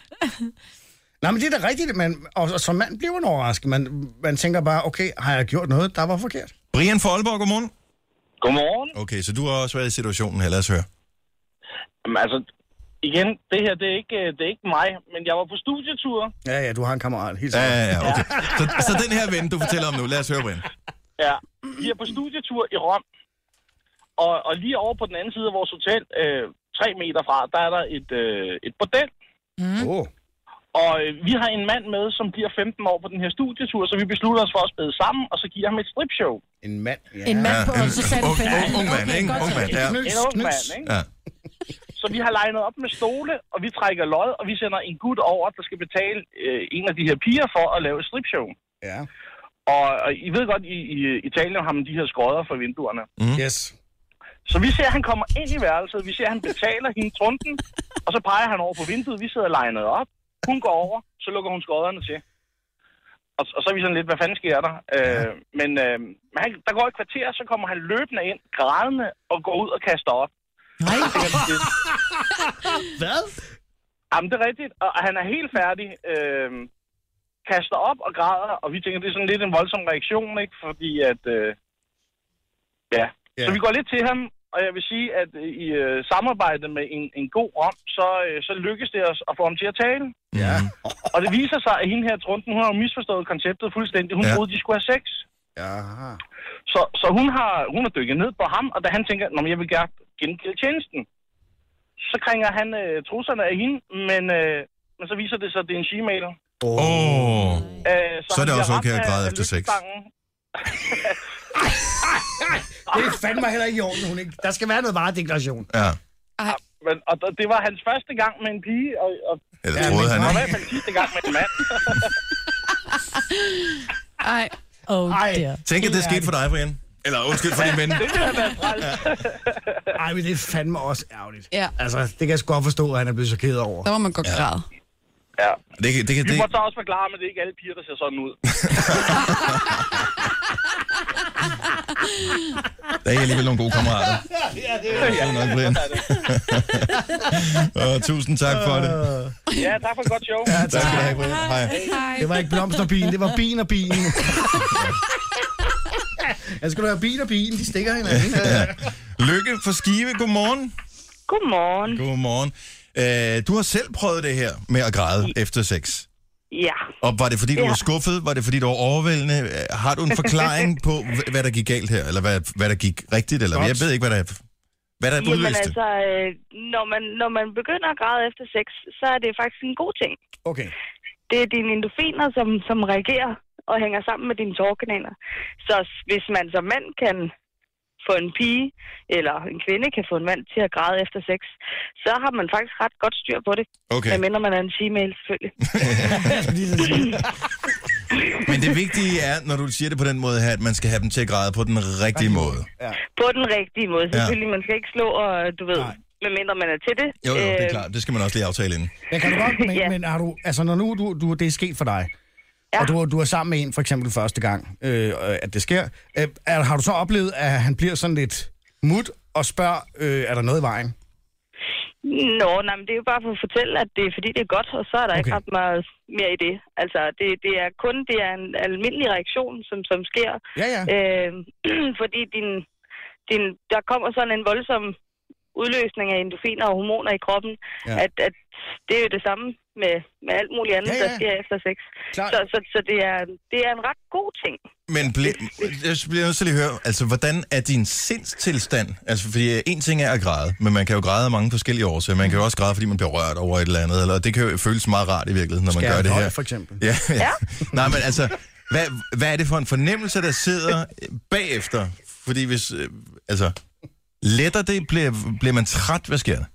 Nej, men det er da rigtigt, man, og, og som mand bliver man overrasket. Man, man tænker bare, okay, har jeg gjort noget, der var forkert? Brian fra Aalborg, godmorgen. Godmorgen. Okay, så du har også været i situationen her, lad os høre. Jamen, altså, igen, det her, det er, ikke, det er ikke mig, men jeg var på studietur. Ja, ja, du har en kammerat, helt Ja, sikkert. ja, ja, okay. Så, så den her ven, du fortæller om nu, lad os høre, Brian. Ja, vi er på studietur i Rom. Og, og lige over på den anden side af vores hotel, øh, tre meter fra, der er der et, øh, et bordel. Mm. Oh. Og øh, vi har en mand med, som bliver femten år på den her studietur, så vi beslutter os for at spæde sammen, og så giver ham et stripshow. En mand, ja. En mand på, Ja, og så sagde du ung- femten. ung- ung mand, Okay, ikke? godt Ung så. mand, ja. Knys, En ung knys. mand, ikke? Ja. Så vi har legnet op med stole, og vi trækker lod, og vi sender en gut over, der skal betale øh, en af de her piger for at lave et stripshow. Ja. Og, og I ved godt, i, i Italien har man de her skodder for vinduerne. Mm. Yes. Så vi ser, at han kommer ind i værelset, vi ser, at han betaler hende trunden, og så peger han over på vinduet, vi sidder legnet op, hun går over, så lukker hun skodderne til. Og, og så er vi sådan lidt, hvad fanden sker der? Ja. Øh, men øh, han, der går et kvarter, så kommer han løbende ind, grædende, og går ud og kaster op. Nej. Hvad? Jamen, det er rigtigt, og han er helt færdig. Øh, kaster op og græder, og vi tænker, det er sådan lidt en voldsom reaktion, ikke? Fordi at... Øh, ja. Ja. Så vi går lidt til ham, og jeg vil sige, at øh, i øh, samarbejde med en, en god rom, så, øh, så lykkes det os at få ham til at tale. Ja. Og det viser sig, at hende her trunden, hun har jo misforstået konceptet fuldstændig. Hun Ja. troede, de skulle have sex. Ja. Så, så hun har hun har dykket ned på ham, og da han tænker, at jeg vil gerne gengælde tjenesten, så krænger han øh, trusserne af hende, men, øh, men så viser det sig, at det er en she-mail. Åh. Oh. Øh, Så er det han også bliver okay ramt at græde af efter sex. lygtestangen. Det er fandme heller ikke i orden, hun ikke. Der skal være noget varedeklaration. Ja. Men, og det var hans første gang med en pige, og, og Eller Ja, troede men- han og i ikke? hvert fald sidste gang med en mand. Ej, Oh, Ej. dear. Tænk, at det skete for dig, Brian. Eller undskyld for din ven. Det ville have været træls. Ej, men det er fandme også ærgerligt. ja. Altså, det kan jeg sgu godt forstå, at han er blevet chokeret over. Der var man godt Ja. græde. Ja. Det, kan- det, kan- Vi det, må så også forklare, men det er ikke alle piger, der ser sådan ud. der er alligevel nogle gode kammerater. Ja, Det er nok, Brian. Og tusind tak for det. ja, tak for et godt show. Ja, Tak skal du have, Brian. Hej. Hej. Det var ikke blomsterbilen, det var bin og bilen. Jeg skal du have bin og bilen, de stikker hinanden. Lykke for Skive, godmorgen. Godmorgen. Godmorgen. Øh, du har selv prøvet det her med at græde efter sex. Ja. Og var det, fordi du Ja. var skuffet? Var det, fordi du var overvældende? Har du en forklaring på, hvad der gik galt her? Eller hvad, hvad der gik rigtigt? Eller jeg ved ikke, hvad der, hvad der Jamen udløste? altså, øh, når man, når man begynder at græde efter sex, så er det faktisk en god ting. Okay. Det er dine endorfiner, som, som reagerer og hænger sammen med dine tårerkanaler. Så hvis man som mand kan få en pige eller en kvinde kan få en mand til at græde efter sex, så har man faktisk ret godt styr på det. Okay. Jeg mener, man er en female, selvfølgelig. Men det vigtige er, når du siger det på den måde her, at man skal have dem til at græde på den rigtige måde. Ja. På den rigtige måde. Selvfølgelig, man skal ikke slå, og du ved, Nej. medmindre man er til det. Jo, jo, det er Øh, klart. Det skal man også lige aftale inden. Men kan du godt, men, Ja. men har du, altså når nu du, du, det er sket for dig, Ja. og du, du er sammen med en for eksempel første gang, øh, at det sker, øh, er, har du så oplevet, at han bliver sådan lidt mut og spørger, øh, er der noget i vejen? Nå, nej, men det er jo bare for at fortælle, at det er fordi, det er godt, og så er der okay. ikke ret meget mere i det. Altså, det, det er kun det er en almindelig reaktion, som, som sker. Ja, ja. Øh, fordi din, din, der kommer sådan en voldsom udløsning af endorfiner og hormoner i kroppen, Ja. at, at det er jo det samme med, med alt muligt andet, Ja, ja, ja. ja. der sker efter sex. Klart. Så, så, så det, er, det er en ret god ting. Men ble, jeg bliver nødt til lige at høre, altså, hvordan er din sindstilstand? Altså, fordi en ting er at græde, men man kan jo græde af mange forskellige årsager. Man kan jo også græde, fordi man bliver rørt over et eller andet, eller det kan jo føles meget rart i virkeligheden, når man Skære gør det et her. øje, for eksempel. Ja, ja. Ja. Nej, men altså, hvad, hvad er det for en fornemmelse, der sidder bagefter? Fordi hvis, øh, altså, letter det, bliver, bliver man træt, hvad sker der?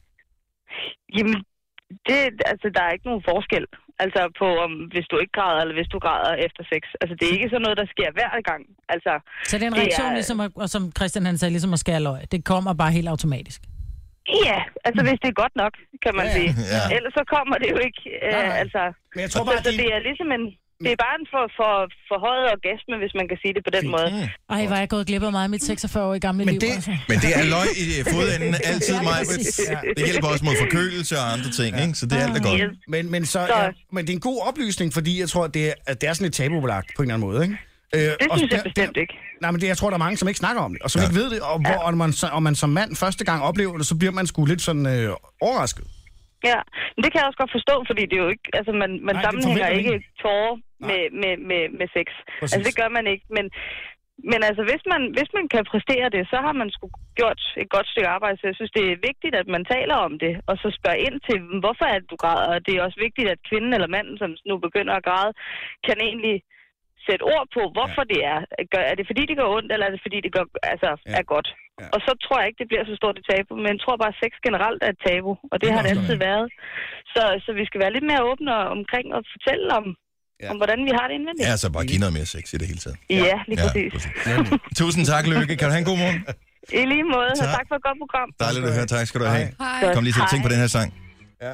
Jamen, det, altså, der er ikke nogen forskel. Altså på, om, hvis du ikke græder, eller hvis du græder efter sex. Altså, det er ikke sådan noget, der sker hver gang. Altså, Så det er en reaktion, er, ligesom at, og som Christian han sagde, ligesom at skære løg. Det kommer bare helt automatisk. Ja, altså hvis det er godt nok, kan man Ja, sige. ja. Ellers så kommer det jo ikke. Øh, Nej, nej. altså, Men jeg tror så, bare, så det- det er ligesom en... Det er bare en for, for, forhøjet orgasme, hvis man kan sige det på den Fint. måde. Ej, var jeg gået glip af meget af mit seksogfyrre-årige gamle Men liv. det- Altså. Men det er løg i fodenden altid, Ja, mig. præcis. Det hjælper også mod forkølelse og andre ting, ikke? Så det er alt er godt. Yes. Men, men, så, Så- ja, men det er en god oplysning, fordi jeg tror, at det er, at det er sådan lidt tabubelagt på en eller anden måde, ikke? Øh, Det og synes jeg der- bestemt der- ikke. Nej, men det, jeg tror, der er mange, som ikke snakker om det, og som Ja. ja. ikke ved det, og, hvor, og, man, og man som mand første gang oplever det, så bliver man sgu lidt sådan øh, overrasket. Ja, men det kan jeg også godt forstå, fordi det er jo ikke, altså man, man Nej, det sammenhænger forventer ikke man tårer med, med, med, med sex. Præcis. Altså det gør man ikke, men, men altså hvis man, hvis man kan præstere det, så har man sgu gjort et godt stykke arbejde, så jeg synes, det er vigtigt, at man taler om det, og så spørger ind til, hvorfor er det, du græder, og det er også vigtigt, at kvinden eller manden, som nu begynder at græde, kan egentlig sætte ord på, hvorfor ja. det er. Gør, er det fordi, det gør ondt, eller er det fordi, det gør, altså, Ja. er godt? Ja. Og så tror jeg ikke, det bliver så stort et tabu, men jeg tror bare, at sex generelt er et tabu, og det, Det har kan det også altid været. Så, så vi skal være lidt mere åbne omkring og fortælle om, Ja. om hvordan vi har det indvendigt. Ja, så bare give noget mere sex i det hele taget. Ja, lige præcis. Tusind tak, Lykke. Kan du have en god morgen? I lige måde, Tak. og tak for et godt program. Dejligt at høre. Tak skal du have. Hej. Kom lige til at tænke på den her sang. Ja.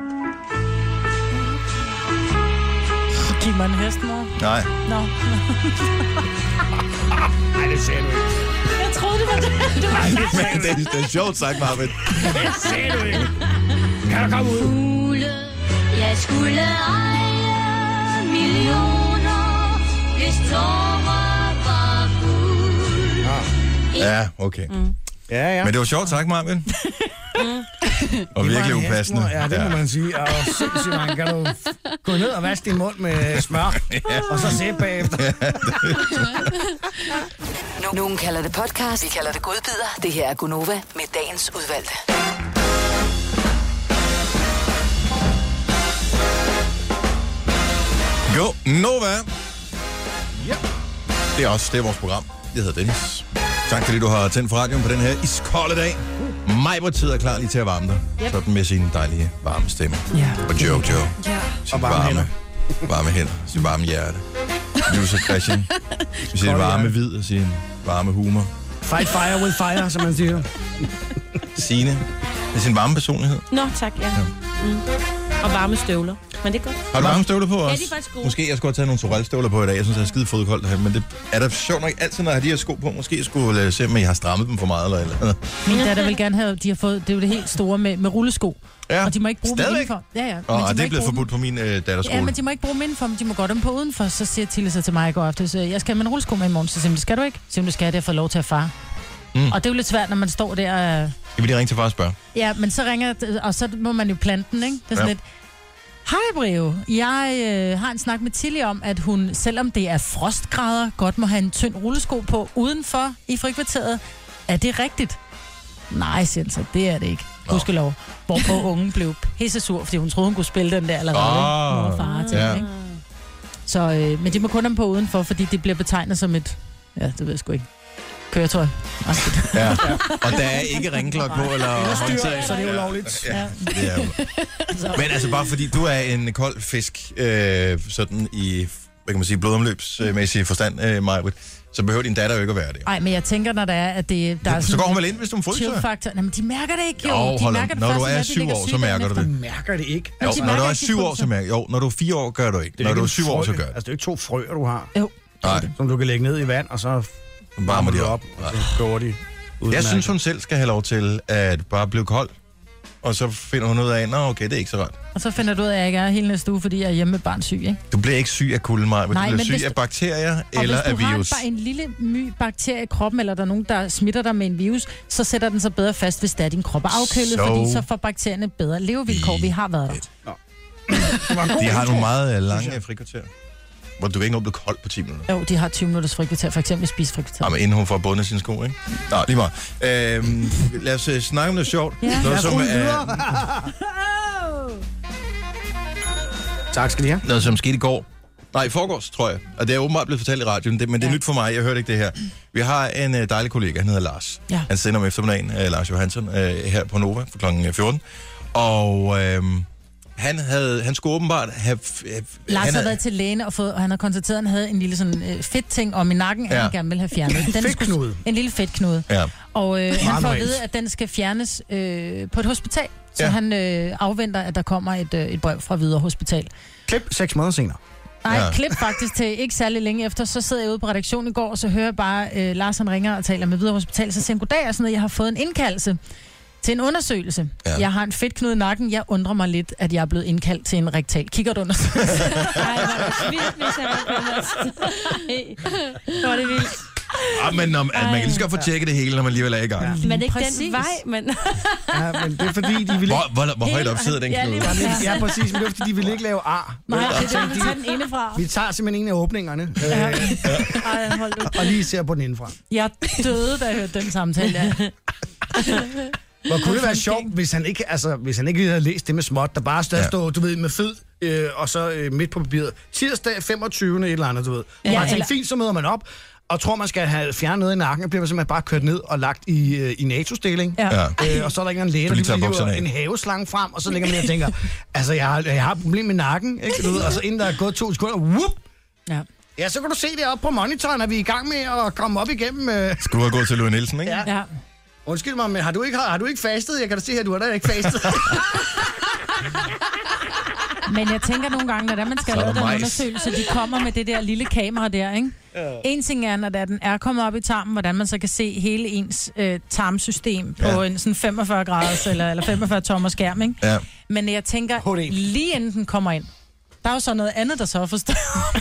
Giv mig en hest, mor. Nej. Nå. Nej, det sagde du ikke. Jeg troede, det var det. Det var det, er, det er sjovt sagt, Marvin. Det sagde du ikke. Kan du komme ud? Fugle, jeg skulle eje millioner, hvis tårer var guld. Ja, okay. Mm. Ja, ja. Men det var sjovt sagt, Marvin. Og virkelig upassende. Ja, det må man sige. Og sindssygt, man kan du gå ned og vaske din mund med smør, Ja. og så se bagefter. Nogen kalder det podcast, vi kalder det godbider. Det her er Gunova med dagens udvalgte. Go Nova. Ja. Det er også det er vores program. Jeg hedder Dennis. Tak fordi du har tændt for radioen på den her iskolde dag. Majbert sidder klar lige til at varme dig. Yep. Sådan med sin dejlige varme stemme. Ja. Og Joe Joe. Ja. Sin Og varme varme, hænder. varme hænder. Sin varme hjerte. Juice Christian. Med sin Kolde varme hjerte. vid og sin varme humor. Fight fire with fire, som man siger. Signe. Med sin varme personlighed. Nå, tak, ja. Mm. Og varme støvler. Men det er godt. Har du varme støvler på også? Ja, de er faktisk gode. Måske jeg skulle have taget nogle Sorel-støvler på i dag. Jeg synes, det er skide fodkoldt her. Men det er der sjovt nok altid, når jeg har de her sko på. Måske jeg skulle uh, se, om jeg har strammet dem for meget eller eller andet. Min datter vil gerne have, de har fået, det er jo det helt store med, med rullesko. Ja. Og de må ikke bruge dem Stadigvæk? indenfor. Ja, ja. Men Og de er må det er ikke blevet bruge forbudt på min uh, datters skole? Ja, men de må ikke bruge dem indenfor, men de må gå dem på udenfor. Så siger Tille så til mig i går aftes, jeg skal have min rullesko med i morgen. Så siger hun, det skal du ikke. Så siger hun, det skal jeg, det har fået lov til at far. Mm. Og det er jo lidt svært, når man står der. Øh... Skal vi lige ringe til far og spørge? Ja, men så ringer, og så må man jo plante den, ikke? Det er sådan Ja. lidt, Hej Breve. Jeg øh, har en snak med Tilly om, at hun, selvom det er frostgrader, godt må have en tynd rullesko på udenfor i frikvarteret. Er det rigtigt? Nej, siger så. Det er det ikke. Gudskelov. Hvorpå ungen blev pissesur, fordi hun troede, hun kunne spille den der allerede. Oh, mor og far til, ja. ikke? Så, øh, men de må kun have på udenfor, fordi det bliver betegnet som et... Ja, det ved jeg sgu ikke. Køretøj. Ja. Og der er ikke ringeklokke på, eller håndtag. Så det er ulovligt. Ja, det er jo. Men altså bare fordi du er en kold fisk, øh, sådan i, hvad kan man sige, blodomløbsmæssig forstand, øh, Majbrit, så behøver din datter jo ikke at være det. Nej, men jeg tænker, når der er, at det... Der er så går hun vel ind, hvis du er fodtøj? Jamen, de mærker det ikke, jo. Jo, de hold mærker det når først, du er syv år, så mærker du det. De mærker det ikke. Jo, de når du er ikke, syv år, så mærker Jo, når du er fire år, gør du ikke. Det Når du er en syv år, så frø. gør det. Altså, det er jo ikke to frøer, du har. Jo. Nej. Som du kan lægge ned i vand, og så varmer de op. og så går de ud. Jeg synes, hun selv skal have lov til at bare blive kold. Og så finder hun ud af, nå okay, det er ikke så rart. Og så finder du ud af, at jeg ikke er hele næste uge, fordi jeg er hjemme med barn syg, ikke? Du bliver ikke syg af kulde, Maja, men du bliver syg af bakterier eller af virus. Og hvis du har en, en lille my bakterie i kroppen, eller der er nogen, der smitter dig med en virus, så sætter den sig bedre fast, hvis det er din krop er afkølet, So fordi så får bakterierne bedre levevilkår. Vi har været der. De har nogle meget lange frikvarter, hvor du kan ikke nå at blive kold på ti minutter. Jo, de har tyve minutters frikvarter, for eksempel spisefrikvarter. Ja, men inden hun får bundet sine sko, ikke? Nå, lige meget. Øhm, lad os uh, snakke om noget sjovt. Ja. Noget, som, er, tak skal I have. noget, som skete i går. Nej, i forgårs, tror jeg. Og det er åbenbart blevet fortalt i radioen, det, men det er Ja. nyt for mig. Jeg hørte ikke det her. Vi har en uh, dejlig kollega, han hedder Lars. Ja. Han sender om eftermiddagen, uh, Lars Johansson, uh, her på Nova for klokken fjorten. Og uh, han, havde, han skulle åbenbart have... have Lars han har været til lægen, og, fået, og han har konstateret, at han havde en lille sådan, øh, fedt-ting om i nakken, ja. Ja. han gerne ville have fjernet. Den Fedtknude. skulle- En lille fedtknude. Ja. Og øh, han får at normalt. vide, at den skal fjernes øh, på et hospital. Så Ja. han øh, afventer, at der kommer et, øh, et brev fra Hvidovre Hospital. Klip seks måneder senere. Nej, Ja. ja. klip faktisk til ikke særlig længe efter. Så sidder jeg ude på redaktionen i går, og så hører jeg bare, øh, Lars han ringer og taler med Hvidovre Hospital. Så siger han, goddag, og sådan noget, jeg har fået en indkaldelse til en undersøgelse. Ja. Ja. Jeg har en fedtknude i nakken. Jeg undrer mig lidt, at jeg er blevet indkaldt til en rektal kikkertundersøgelse. Nej, hvor er det vildt, hvis jeg var kommet. Hvor er det vildt. Ah, men om, at man kan lige så godt få tjekket det hele, når man alligevel er i gang. Ja. Men ikke Præcis. den vej, men... Ja, men det er fordi, de vil ikke... Hvor, hvor, hvor højt op sidder den Ja, knude? lige præcis. Ja, præcis, men det er fordi, de vil ikke lave ar. Nej, Og det er det, tænkte, vi tager den indefra. Vi tager simpelthen en af åbningerne, øh, Ej, hold nu. og lige ser på den indenfra. Jeg døde, da jeg hørte den samtale. Ja. Hvor kunne det være sjovt, hvis han ikke, altså, hvis han ikke lige havde læst det med småt, der bare stadig Ja. ja. står, du ved, med fed, øh, og så øh, midt på papiret. Tirsdag femogtyvende et eller andet, du ved. Ja, Ja, og man tænkte, eller- fint, så møder man op, og tror, man skal have fjernet noget i nakken, og bliver man simpelthen bare kørt ned og lagt i, øh, i NATO-stilling. Ja. Ja. Øh, og så er der ikke en læge, Du der lige lige tager hiver bukserne af. en haveslange frem, og så ligger man der og tænker, altså, jeg har, jeg har et problem med nakken, ikke? Du ved, og så inden der er gået to sekunder, whoop! Ja. Ja, så kan du se det op på monitoren, at vi er i gang med at komme op igennem... Øh, Skulle du have gået til Louis Nielsen, ikke? ja. Ja. Undskyld mig, men har du ikke, har, har du ikke fastet? Jeg kan da se, at du har da ikke fastet. Men jeg tænker nogle gange, når man skal Så er lave der den majs. undersøgelse, de kommer med det der lille kamera der, ikke? Ja. En ting er, når den er kommet op i tarmen, hvordan man så kan se hele ens øh, tarmsystem på Ja. en sådan femogfyrre graders eller, eller femogfyrre tommer skærm, ikke? Ja. Men jeg tænker, H D. lige inden den kommer ind, der er jo så noget andet, der så forstår.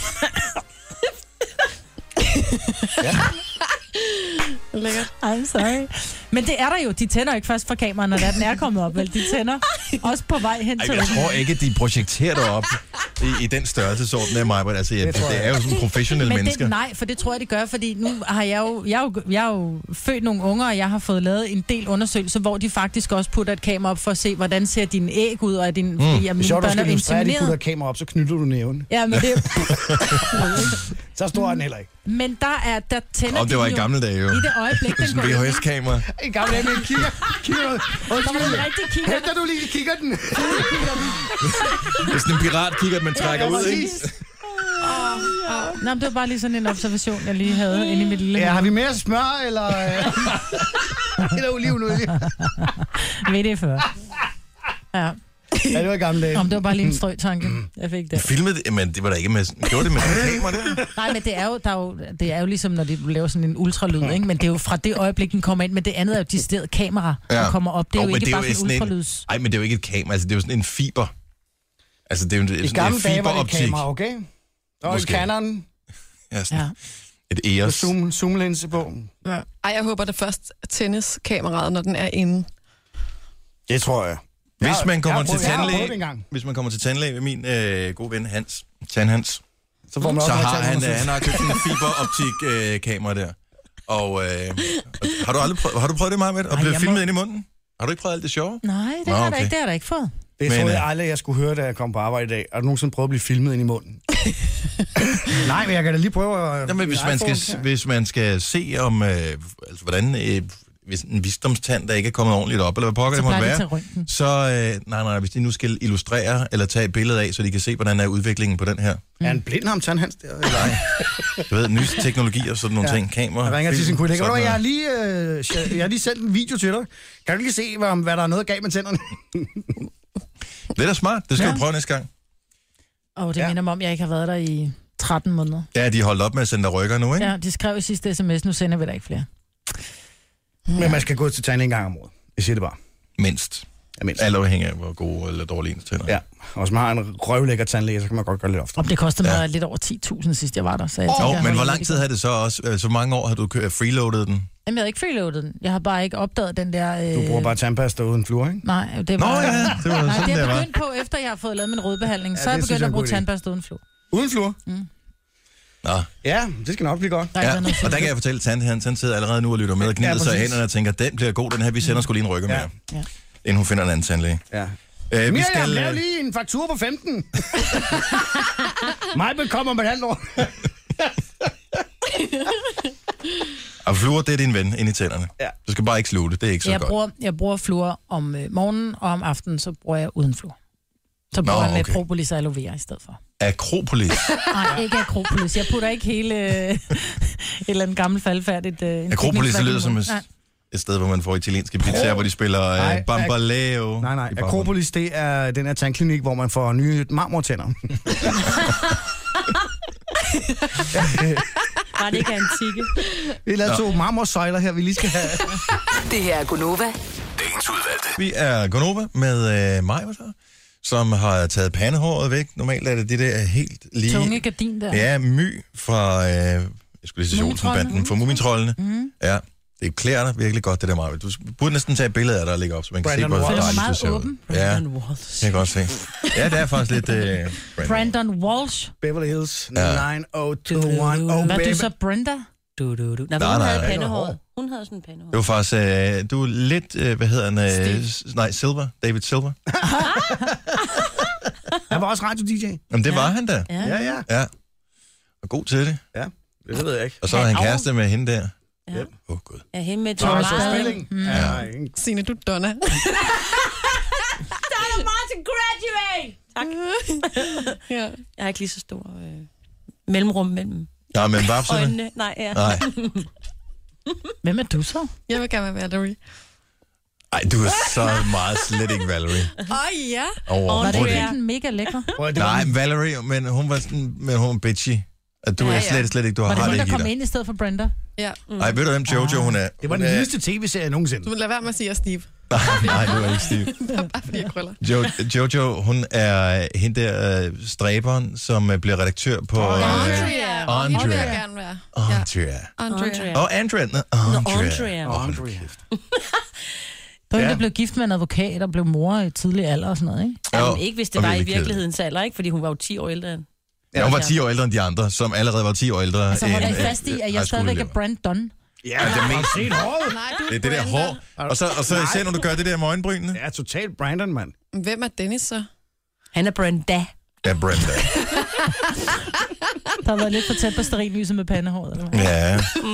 Lækkert. I'm sorry. Men det er der jo. De tænder ikke først fra kameraet, når den er kommet op, vel? De tænder også på vej hen Ej, til jeg åbningen. tror ikke, at de projekterer dig op i, i den størrelsesorden af mig, men altså, ja, det, tror det jeg. er jo sådan professionelle Men mennesker. det, nej, for det tror jeg, de gør, fordi nu har jeg jo, jeg er jo, jeg er jo født nogle unger, og jeg har fået lavet en del undersøgelser, hvor de faktisk også putter et kamera op for at se, hvordan ser dine æg ud, og er din, mm. fordi jeg, Hvis mine jeg du børn er skal illustrere, at de putter insemineret. kamera op, så knytter du næven. Ja, men, det, Så stor er den heller ikke. men der, er, der tænder Og det var de i jo gamle dage jo. i det øjeblik, den Sådan går en ind. V H S-kamera. En gammel dame med en kigger. Kigger du? Der var en Undskyld. rigtig kigger. Henter du lige kigger den? Det er sådan en pirat kigger, man trækker Ja, ud, ikke? præcis. Nå, men det var bare lige sådan en observation, jeg lige havde inde i mit lille Ja, har hoved. vi mere smør, eller... øh, eller olivenolie? Ved det før. Ja. Ja, det var i gamle dage. Om det var bare lige en strøtanke, jeg fik der. Filmede det, men det var da ikke med... Gjorde det med sådan en kamera der? Nej, men det er, jo, der er jo, det er jo ligesom, når de laver sådan en ultralyd, ikke? Men det er jo fra det øjeblik, den kommer ind. Men det andet er jo decideret kamera, der Ja. kommer op. Det er Jo, jo men ikke det er bare jo sådan en sådan en- ultralyds. Nej, men det er jo ikke et kamera, altså det er jo sådan en fiber. Altså det er jo en, I sådan gamle en dage var det et fiberoptik. kamera, okay? Og en Måske. Canon Ja, sådan Ja. et med Eos. zoom, zoomlinse på. Ej, jeg håber det først tændes kameraet, når den er inde. Det tror jeg. Hvis man kommer jeg har til prøvet- jeg har prøvet det tandlæge, engang. hvis man kommer til tandlæge ved min øh, gode ven Hans, Tand Hans, Så får man så også har noget han, øh, tandundersøgelse. han har købt en fiberoptik øh, kamera der. Og øh, har du aldrig prøvet, har du prøvet det meget med at Ej, blive jeg filmet må- ind i munden? Har du ikke prøvet alt det sjove? Nej, det Nå, har okay. der ikke. Det har der ikke fået. Det Men, troede jeg øh, aldrig, jeg skulle høre, da jeg kom på arbejde i dag. Har du nogensinde prøvet at blive filmet ind i munden? Nej, men jeg kan da lige prøve at... Jamen, hvis, man skal, hvis man skal se om, øh, altså, hvordan øh, hvis en visdomstand, der ikke er kommet ordentligt op, eller hvad pokker Så det måtte plejer de være, til røntgen. så øh, nej, nej, hvis de nu skal illustrere eller tage et billede af, så de kan se, hvordan er udviklingen på den her. Er han blind ham, Tand Hans? Der, eller? Nej. Du ved, nye teknologier og sådan nogle Ja. ting. Kamera, Jeg ringer til film, sin kollega. sådan "Ved du hvad, Jeg har, noget. lige, øh, jeg har lige sendt en video til dig. Kan du lige se, hvad, hvad der er noget galt med tænderne? Det er da smart. Det skal Ja. du prøve næste gang. Og det Ja. ja. minder mig om, jeg ikke har været der i tretten måneder. Ja, de er holdt op med at sende dig rykker nu, ikke? Ja, de skrev i sidste sms, nu sender vi der ikke flere. Men man skal gå til tandlæge en gang om året. Jeg siger det bare. Mindst. Ja, mindst. Alt afhængig af, hvor gode eller dårlige ens tænder. Ja, og hvis man har en røvlækker tandlæge, så kan man godt gøre lidt oftere. Om det kostede mig Ja. ja. lidt over ti tusind sidst jeg var der. Så jeg Jo, tænker, men hold hvor da lang lidt tid godt. har det så også? øh, Så mange år har du kø- freeloadet den? Jamen, jeg havde ikke freeloadet den. Jeg har bare ikke opdaget den der... Øh... Du bruger bare tandpasta uden fluor, ikke? Nej, det Nå var... ja, det var Nej, sådan, det er det jeg var. begyndt på, efter jeg har fået lavet min rødbehandling. Ja, Så er jeg det synes begyndt jeg er at en bruge god idé. tandpasta uden flor. Uden fluor? Nå. Ja, det skal nok blive godt. Der er Ja, ikke noget og der kan jeg fortælle, at han, han sidder allerede nu og lytter med og gnider Ja, sig i præcis. hænderne og tænker, den bliver god, den her, vi sender sgu lige en rykker Ja. mere, Ja. inden hun finder en anden tandlæge. Ja. Øh, vi Miriam, skal, lav øh, lige en faktur på femten. Mig kommer om et halvt år. og fluor, det er din ven ind i tænderne. Ja. Du skal bare ikke sluge det, det er ikke så Jeg godt. bruger, jeg bruger flor om øh, morgenen, og om aftenen, så bruger jeg uden flor. Så bruger Nå, jeg med okay. propolis og aloe vera i stedet for. Akropolis. Nej, ikke akropolis. Jeg putter ikke hele øh, et eller andet gammelt faldfærdigt... Øh, en Akropolis, det teknikfærdig lyder som mund. et, Nej. et sted, hvor man får italienske pizzaer, hvor de spiller Nej, øh, bambaleo. Nej, nej. i baggrunden. Akropolis, det er den her tandklinik, hvor man får nye marmortænder. Var det ikke antikke? Vi har lavet to marmorsøjler her, vi lige skal have. Det her er Gunova. Dagens udvalgte. Vi er Gonova med øh, mig, som har taget pandehåret væk. Normalt er det det der helt lige... Tunge gardin der. Ja, My fra, øh, jeg skulle lige sige Olsenbanden, fra Mumintrollene. Mm. Ja, det klæder dig virkelig godt, det der meget. Du burde næsten tage et billede af dig og lægge op, så man kan Brandon se, hvor Walsh. dejligt Meget det ser ud. åben. Ja, Brandon det Walsh. kan jeg godt se. Ja, det er faktisk lidt... Øh, Brandon. Brandon Walsh. Beverly Hills Ja. nine oh two one oh, Hvad er baby. du så, Brenda? Du, du, du. Nej, Nej, hun nej, havde nej. pandehår. Hun havde sådan en pandehår. Det var faktisk... Øh, du er lidt... Øh, hvad hedder han? Øh, s- nej, Silver. David Silver. Han var også radio-D J. Jamen, det var han da. Ja. Ja, ja. Ja. Og god til det. Ja, det ved jeg ikke. Og så er han Ja, kæreste med hende der. Ja. Åh, oh, gud. Ja, hende med Thomas meget- Spelling. Mm. Ja, ikke? Signe, du er Donna. Donna Martin graduate! Tak. Ja. Jeg har ikke lige så stor øh, mellemrum mellem Ja, men babserne? øjnene. Nej, ja. Nej. Hvem er du så? Jeg vil gerne være Valerie. Ej, du er så meget slet ikke Valerie. Åh, oh, ja. Var det Overhovedet ikke ikke. den mega lækre? Prøv at- det var Nej, den- Valerie, men hun var sådan, men hun var bitchy. At du Ja, er ja. slet, slet ikke, du Var har det har hun, det der ikke i kom dig. ind i stedet for Brenda? Ja. Ej, ved du hvem Jojo hun er? Det var Hun den er- vildeste tv-serie nogensinde. Du må lade være med at sige, at jeg er Steve. Nej, nej, du er ikke Steve. Bare fordi jeg krøller. Jo, Jojo, hun er hende der uh, stræberen, som uh, bliver redaktør på... Uh, Andrea. Andrea. Og hende vil jeg gerne være. Andrea. Andrea. Åh, oh, Andrea. Nå, Andrea. Andrea. Åh, Andrea. kæft. Der var Ja. ja. der blev gift med en advokat og blev mor i tidlig alder og sådan noget, ikke? Jo, Jamen, ikke hvis det og var i virkelig virkelighedens alder, ikke? Fordi hun var jo ti år ældre end. Ja, hun var ti år ældre end de andre, som allerede var ti år ældre. Altså holder I end, øh, fast i, at high jeg stadigvæk er school-elever. Brandon? Ja, det er mest set håret. Nej, du Det er det der Brenda. hår. Og så, og så især, når du gør det der med øjenbrynene. Det er totalt Brandon, mand. Hvem er Dennis så? Han er Brenda. Ja, Brenda. Der har været lidt for tæt på stearinlyset med pandehåret, eller hvad? Ja.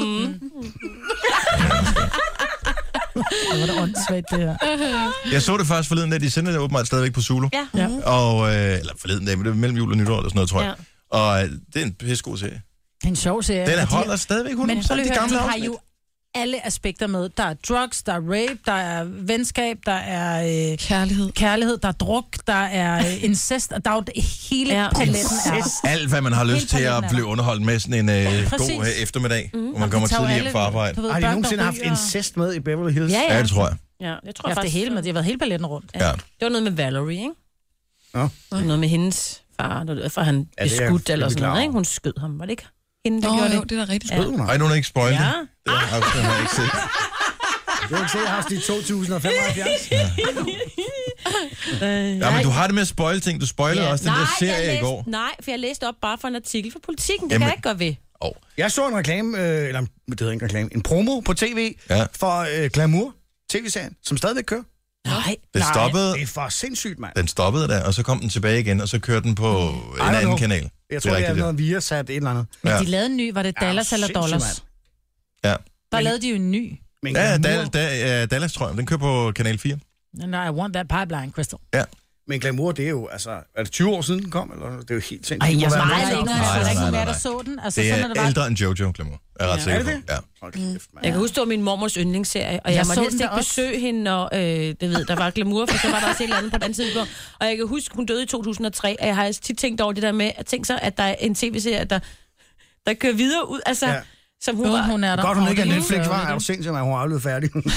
Det var da åndssvagt, det her. Jeg så det faktisk forleden, at de sender det åbenbart stadigvæk på Zulu. Ja. Ja. Og, øh, eller forleden dag, men det er mellem jul og nytår eller sådan noget, tror jeg. Ja. Og øh, det er en pissegod serie. Det er en sjov serie. Den og de- holder stadigvæk hundrede Men prøv procent lige de at høre, gamle de har afsnit. jo alle aspekter med. Der er drugs, der er rape, der er venskab, der er øh, Kærlighed. kærlighed, der er druk, der er øh, incest, og der er jo det- hele Ja. ja. paletten er. Alt, hvad man har lyst Helt til at paletten er blive der. underholdt med sådan en øh, Præcis. god øh, eftermiddag, mm. hvor man Og kommer de tager jo tidligt hjem alle- fra arbejde. du ved, Har de børn, nogensinde der haft ryger. incest med i Beverly Hills? Ja, ja. Ja, det tror jeg. Ja, jeg tror Jeg har haft det faktisk, hele med. De har været hele balletten rundt. Ja. Det var noget med Valerie, ikke? Ja. Noget med hendes far, for han Ja, blev det er jeg skudt eller virkelig sådan klar noget, over. ikke? Hun skød ham, var det ikke hende, der Nå, gjorde jo, det? det er da rigtigt. Ja. Ved du, nej? Ej, nu er ikke spoilet. Ja. Det har afsnit har jeg ikke set. Du har ikke set House i to tusind og femoghalvfjerds? Ja, men du har det med at spoile ting. Du spoilede ja. også den nej, der serie læste, i går. Nej, for jeg læste op bare for en artikel for Politikken. Det Jamen, kan jeg ikke gøre ved. Oh. Jeg så en reklame, øh, eller det hedder ikke en reklame, en promo på tv ja. for øh, Glamour, tv-serien, som stadigvæk kører. Nej, det stoppede, nej, det er for sindssygt, mand. Den stoppede der, og så kom den tilbage igen, og så kørte den på en anden know. kanal. Jeg tror, det er, det er noget Viasat, et eller andet. Men ja. de lavede en ny, var det Dallas ja, eller Dollars? Ja. Der men, lavede de jo en ny. Men ja, Dallas, da, Dallas, tror jeg. Den kører på kanal fire. And I want that pipeline, Crystal. Ja. Men Glamour, det er jo, altså, er det tyve år siden den kom, eller? Det er jo helt sindssygt. Ej, jeg var meget længere, så der ikke nogen af der så den. Altså, det er sådan, det ældre end Jojo, Glamour. Jeg er ret ja. sikker Er det på. Ja. Okay, mm. Jeg kan huske, det var min mormors yndlingsserie, og jeg, jeg må helst ikke besøge hende, når øh, det ved, der var Glamour, for så var der også et eller andet på den anden side. Og jeg kan huske, hun døde i to tusind og tre, og jeg har tit tænkt over det der med, at tænke så, at der er en tv-serie, der, der kører videre ud, altså... Ja. Som hun, Uden, var. hun er der. Godt, hun ikke er Netflix, var. Er du sindssygt, at hun er aldrig færdig? Over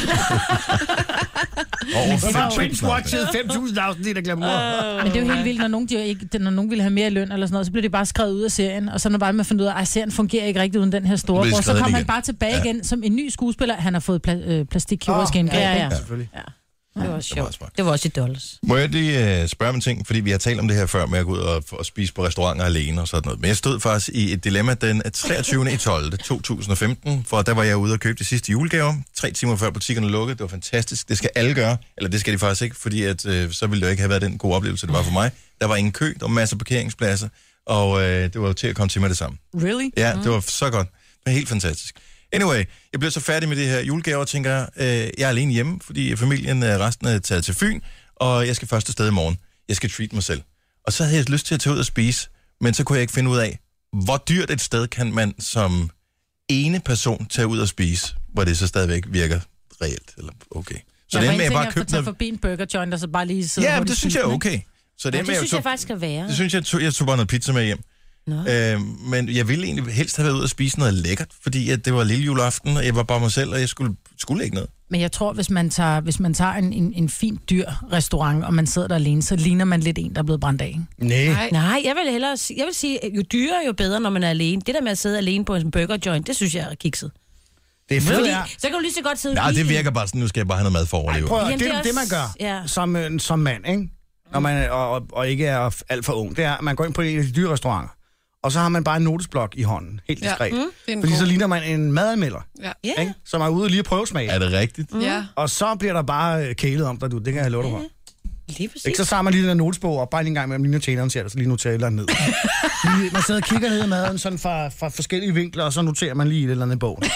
binge-watchet fem tusind afsnit af Glamour. Uh, Men det er jo helt vildt, når nogen, de ikke, når nogen vil have mere løn eller sådan noget, så bliver det bare skrevet ud af serien, og så når bare man finder ud af, at serien fungerer ikke rigtigt uden den her store bror, så kommer man bare tilbage ja. igen som en ny skuespiller. Han har fået pla- øh, plastikkirurgisk oh, indgreb. Ja, ja, ja. Selvfølgelig. Ja. Det var også sjovt. Det var også i Dollars. Må jeg lige uh, spørge om en ting, fordi vi har talt om det her før med at gå ud og, og spise på restauranter alene og sådan noget. Men jeg stod faktisk i et dilemma den treogtyvende tolvte to tusind og femten, for der var jeg ude og købe de sidste julegaver. Tre timer før butikkerne lukkede. Det var fantastisk. Det skal alle gøre. Eller det skal de faktisk ikke, fordi at, uh, så ville det jo ikke have været den gode oplevelse, det var for mig. Der var ingen kø, der var masser af parkeringspladser, og uh, det var til at komme til med det samme. Really? Ja, det var så godt. Det var helt fantastisk. Anyway, jeg blev så færdig med det her julegaver og tænker, øh, jeg er alene hjemme, fordi familien øh, resten er taget til Fyn, og jeg skal først afsted i morgen. Jeg skal treat mig selv. Og så havde jeg lyst til at tage ud og spise, men så kunne jeg ikke finde ud af, hvor dyrt et sted kan man som ene person tage ud og spise, hvor det så stadigvæk virker reelt, eller okay. Så ja, det med, jeg bare købte noget... forbi en burger joint, og så bare lige sidde. Ja, men det synes jeg er okay. Så det, ja, det med, synes jeg, jeg faktisk skal være. Det synes jeg, jeg tog bare noget pizza med hjem. Øh, men jeg ville egentlig helst have været ude og spise noget lækkert, fordi at det var lille juleaften, og jeg var bare mig selv, og jeg skulle, skulle ikke noget. Men jeg tror, hvis man tager, hvis man tager en, en, en fin dyr restaurant, og man sidder der alene, så ligner man lidt en, der er blevet brændt af. Nej. Nej, jeg vil hellere jeg vil sige, jo dyrere, jo bedre, når man er alene. Det der med at sidde alene på en burger joint, det synes jeg er kikset. Det er fedt, ja. Så kan du lige så godt sidde. Nej, det virker bare sådan, nu skal jeg bare have noget mad for at overleve. Ej, prøv, Jamen, det, det er det, man gør ja. som, som mand, ikke? Når man, og, og ikke er alt for ung. Det er, at man går ind på en af de dyre restauranter, og så har man bare en notesblok i hånden, helt diskret. Ja, mm, fordi god. Så ligner man en madanmelder, ja. ikke? Som er ude lige at prøve smage. Er det rigtigt? Mm. Ja. Og så bliver der bare kælet om dig, du. Det kan jeg love dig for. Lige præcis. Ikke, så tager man lige den der notesbog op, bare lige en gang mellem linje tjeneren, siger der, så lige noterer et eller andet ned. Lige, man sidder og kigger ned i maden sådan fra, fra forskellige vinkler, og så noterer man lige et eller andet i bogen.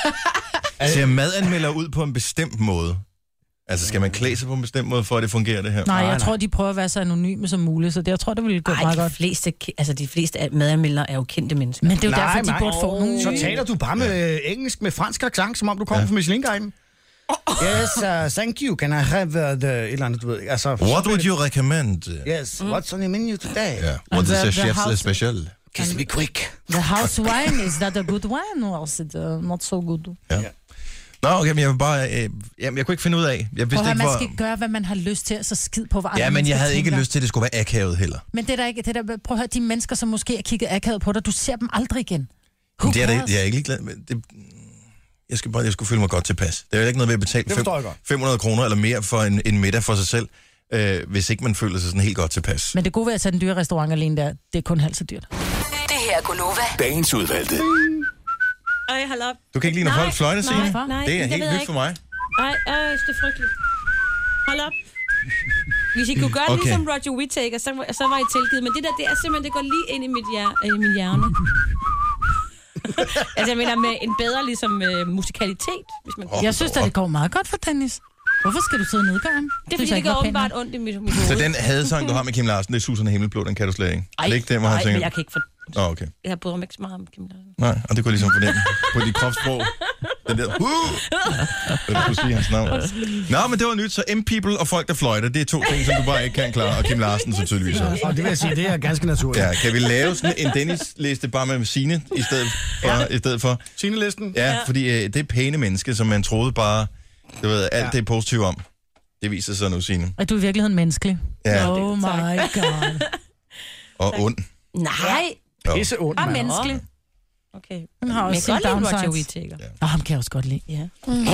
Ser madanmelder ud på en bestemt måde? Altså, skal man klæde sig på en bestemt måde, for at det fungerer, det her? Nej, jeg nej, tror, de prøver at være så anonyme som muligt, så det, jeg tror, det ville gå Ej, meget de godt. Fleste, altså, de fleste madanmeldere er jo kendte mennesker. Men det er jo nej, derfor, de nej. burde få nogle Så nye. taler du bare med ja. engelsk med fransk accent, som om du kommer ja. fra Michelin-guiden. Yes, uh, thank you. Can I have uh, the... Et eller andet, du ved. Altså, What would you recommend? Yes, mm. what's on the menu today? Yeah. What is the chef's special? Kiss me quick. The house wine, is that a good wine, or is it uh, not so good? Ja. Yeah. Nå, okay, men jeg vil bare... Øh, jamen, jeg kunne ikke finde ud af... Jeg vidste Prøv, ikke, man hvor... skal gøre, hvad man har lyst til, så skid på, hvad andre Ja, men jeg havde tænker. ikke lyst til, at det skulle være akavet heller. Men det er der ikke... Det der, prøv at høre, de mennesker, som måske har kigget akavet på dig, du ser dem aldrig igen. Men det er det, jeg er ikke ligeglad med. Det, jeg, skal bare, jeg skulle føle mig godt tilpas. Det er jo ikke noget ved at betale fem, fem hundrede kroner eller mere for en, en middag for sig selv, øh, hvis ikke man føler sig sådan helt godt tilpas. Men det gode ved at tage den dyre restaurant alene der, det er kun halvt så dyrt. Det her er Gunova. Dagens udvalgte. Ej, hold op. Du kan ikke lide, når folk fløjter, Signe? Nej, nej, det er det helt nyt for mig. Ej, ej, det er frygteligt. Hold op. Hvis I kunne gøre okay. Ligesom Roger Whittaker, så, så var I tilgivet. Men det der, det er simpelthen, det går lige ind i mit, hjer, i min hjerne. Altså, jeg mener med en bedre ligesom uh, musikalitet. Hvis man... Oh, jeg synes at det går meget godt for Dennis. Hvorfor skal du sidde og nedgøre ham? Det er fordi, det går åbenbart ondt i mit, mit hoved. Så den hadesang, du har med Kim Larsen, det er Susan Himmelblå, den kan du slet ikke? Ej, det er ikke det, hvor han ej, tænker... men jeg kan ikke for... Nå, oh, okay. Jeg bryder mig ikke så meget om Kim Larsen. Nej, og det kunne jeg ligesom fornemme på dit kropssprog. Den der... Uh! Jeg kunne sige hans navn. Nå, men det var nyt, så M-people og folk, der fløjter, det er to ting, som du bare ikke kan klare, og Kim Larsen så tydeligvis også. Og det vil jeg sige, det er ganske naturligt. Ja, kan vi lave sådan en Dennis-liste bare med Signe i stedet for? Ja. I stedet for? Signe-listen? Ja, ja, fordi øh, det er pæne menneske, som man troede bare, du ved, alt ja. det er positivt om. Det viser sig nu, Signe. Er du i virkeligheden menneskelig? Ja. Oh my god. Og ond. Nej. Pisse ond, mand. Og menneskelig. Okay. Han har også Men sin jeg kan godt lide Roger downsides. Whittaker. Og ham kan jeg også godt lide. Ja. Mm.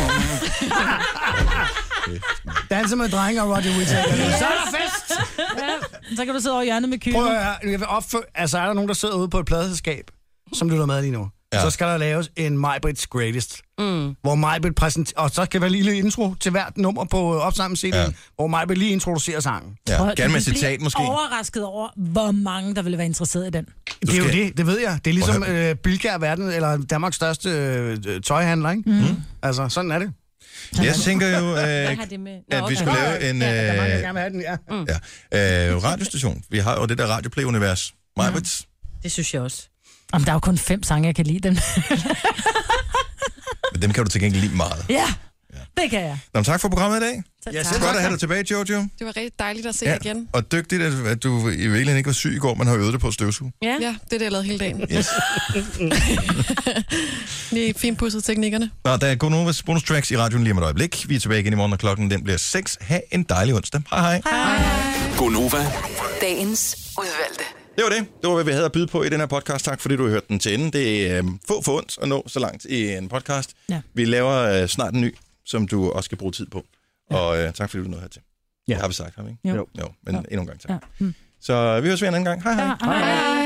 Danser med drenge og Roger Whittaker. Så er der fest! Ja, så kan du sidde over hjørnet med kylen. Prøv at høre, jeg vil opføre, altså er der nogen, der sidder ude på et pladeselskab, som lytter med lige nu, ja. Så skal der laves en My Brits Greatest, mm. hvor My Brit præsenterer, og så skal der være en lille intro til hvert nummer på opsamling-C D'en, ja. Hvor My Brit lige introducerer sangen. Ja, gerne med citat måske. Jeg er overrasket over, hvor mange, der ville være interesseret i den. Det er jo det, det ved jeg. Det er ligesom øh, Bilka er verden, eller Danmarks største øh, tøjhandler, ikke? Mm. Altså, sådan er det. Jeg tænker jo, øh, at vi skulle lave en ja, der mange, gerne have den, ja. Mm. Ja. Øh, radiostation. Vi har jo det der radioplay-univers. My Brits. Det synes jeg også. Jamen, der er jo kun fem sange, jeg kan lide dem. Men dem kan du til gengæld lide meget. Ja, ja. Det kan jeg. Nå, tak for programmet i dag. Tak. Det er godt at have dig tilbage, Jojo. Det var rigtig dejligt at se ja. igen. Og dygtigt, at du i virkeligheden ikke var syg i går, men har øvet det på støvsuge. Ja, ja, det er det, jeg lavede hele dagen. Yes. Lige fint pudset teknikkerne. Nå, der er Gonovas bonus tracks i radioen lige om et øjeblik. Vi er tilbage igen i morgen, og klokken den bliver seks. Ha' en dejlig onsdag. Hej hej. Hej. Gonova. Dagens udvalgte. Det var det. Det var, hvad vi havde at byde på i den her podcast. Tak, fordi du har hørt den til ende. Det er øh, få for ondt at nå så langt i en podcast. Ja. Vi laver øh, snart en ny, som du også skal bruge tid på. Ja. Og øh, tak, fordi du nåede hertil. Ja. Det har vi sagt, har vi ikke? Jo. Jo, men ja. endnu en gang tak. Ja. Hmm. Så vi høres ved en anden gang. Hej hej. Ja, hej.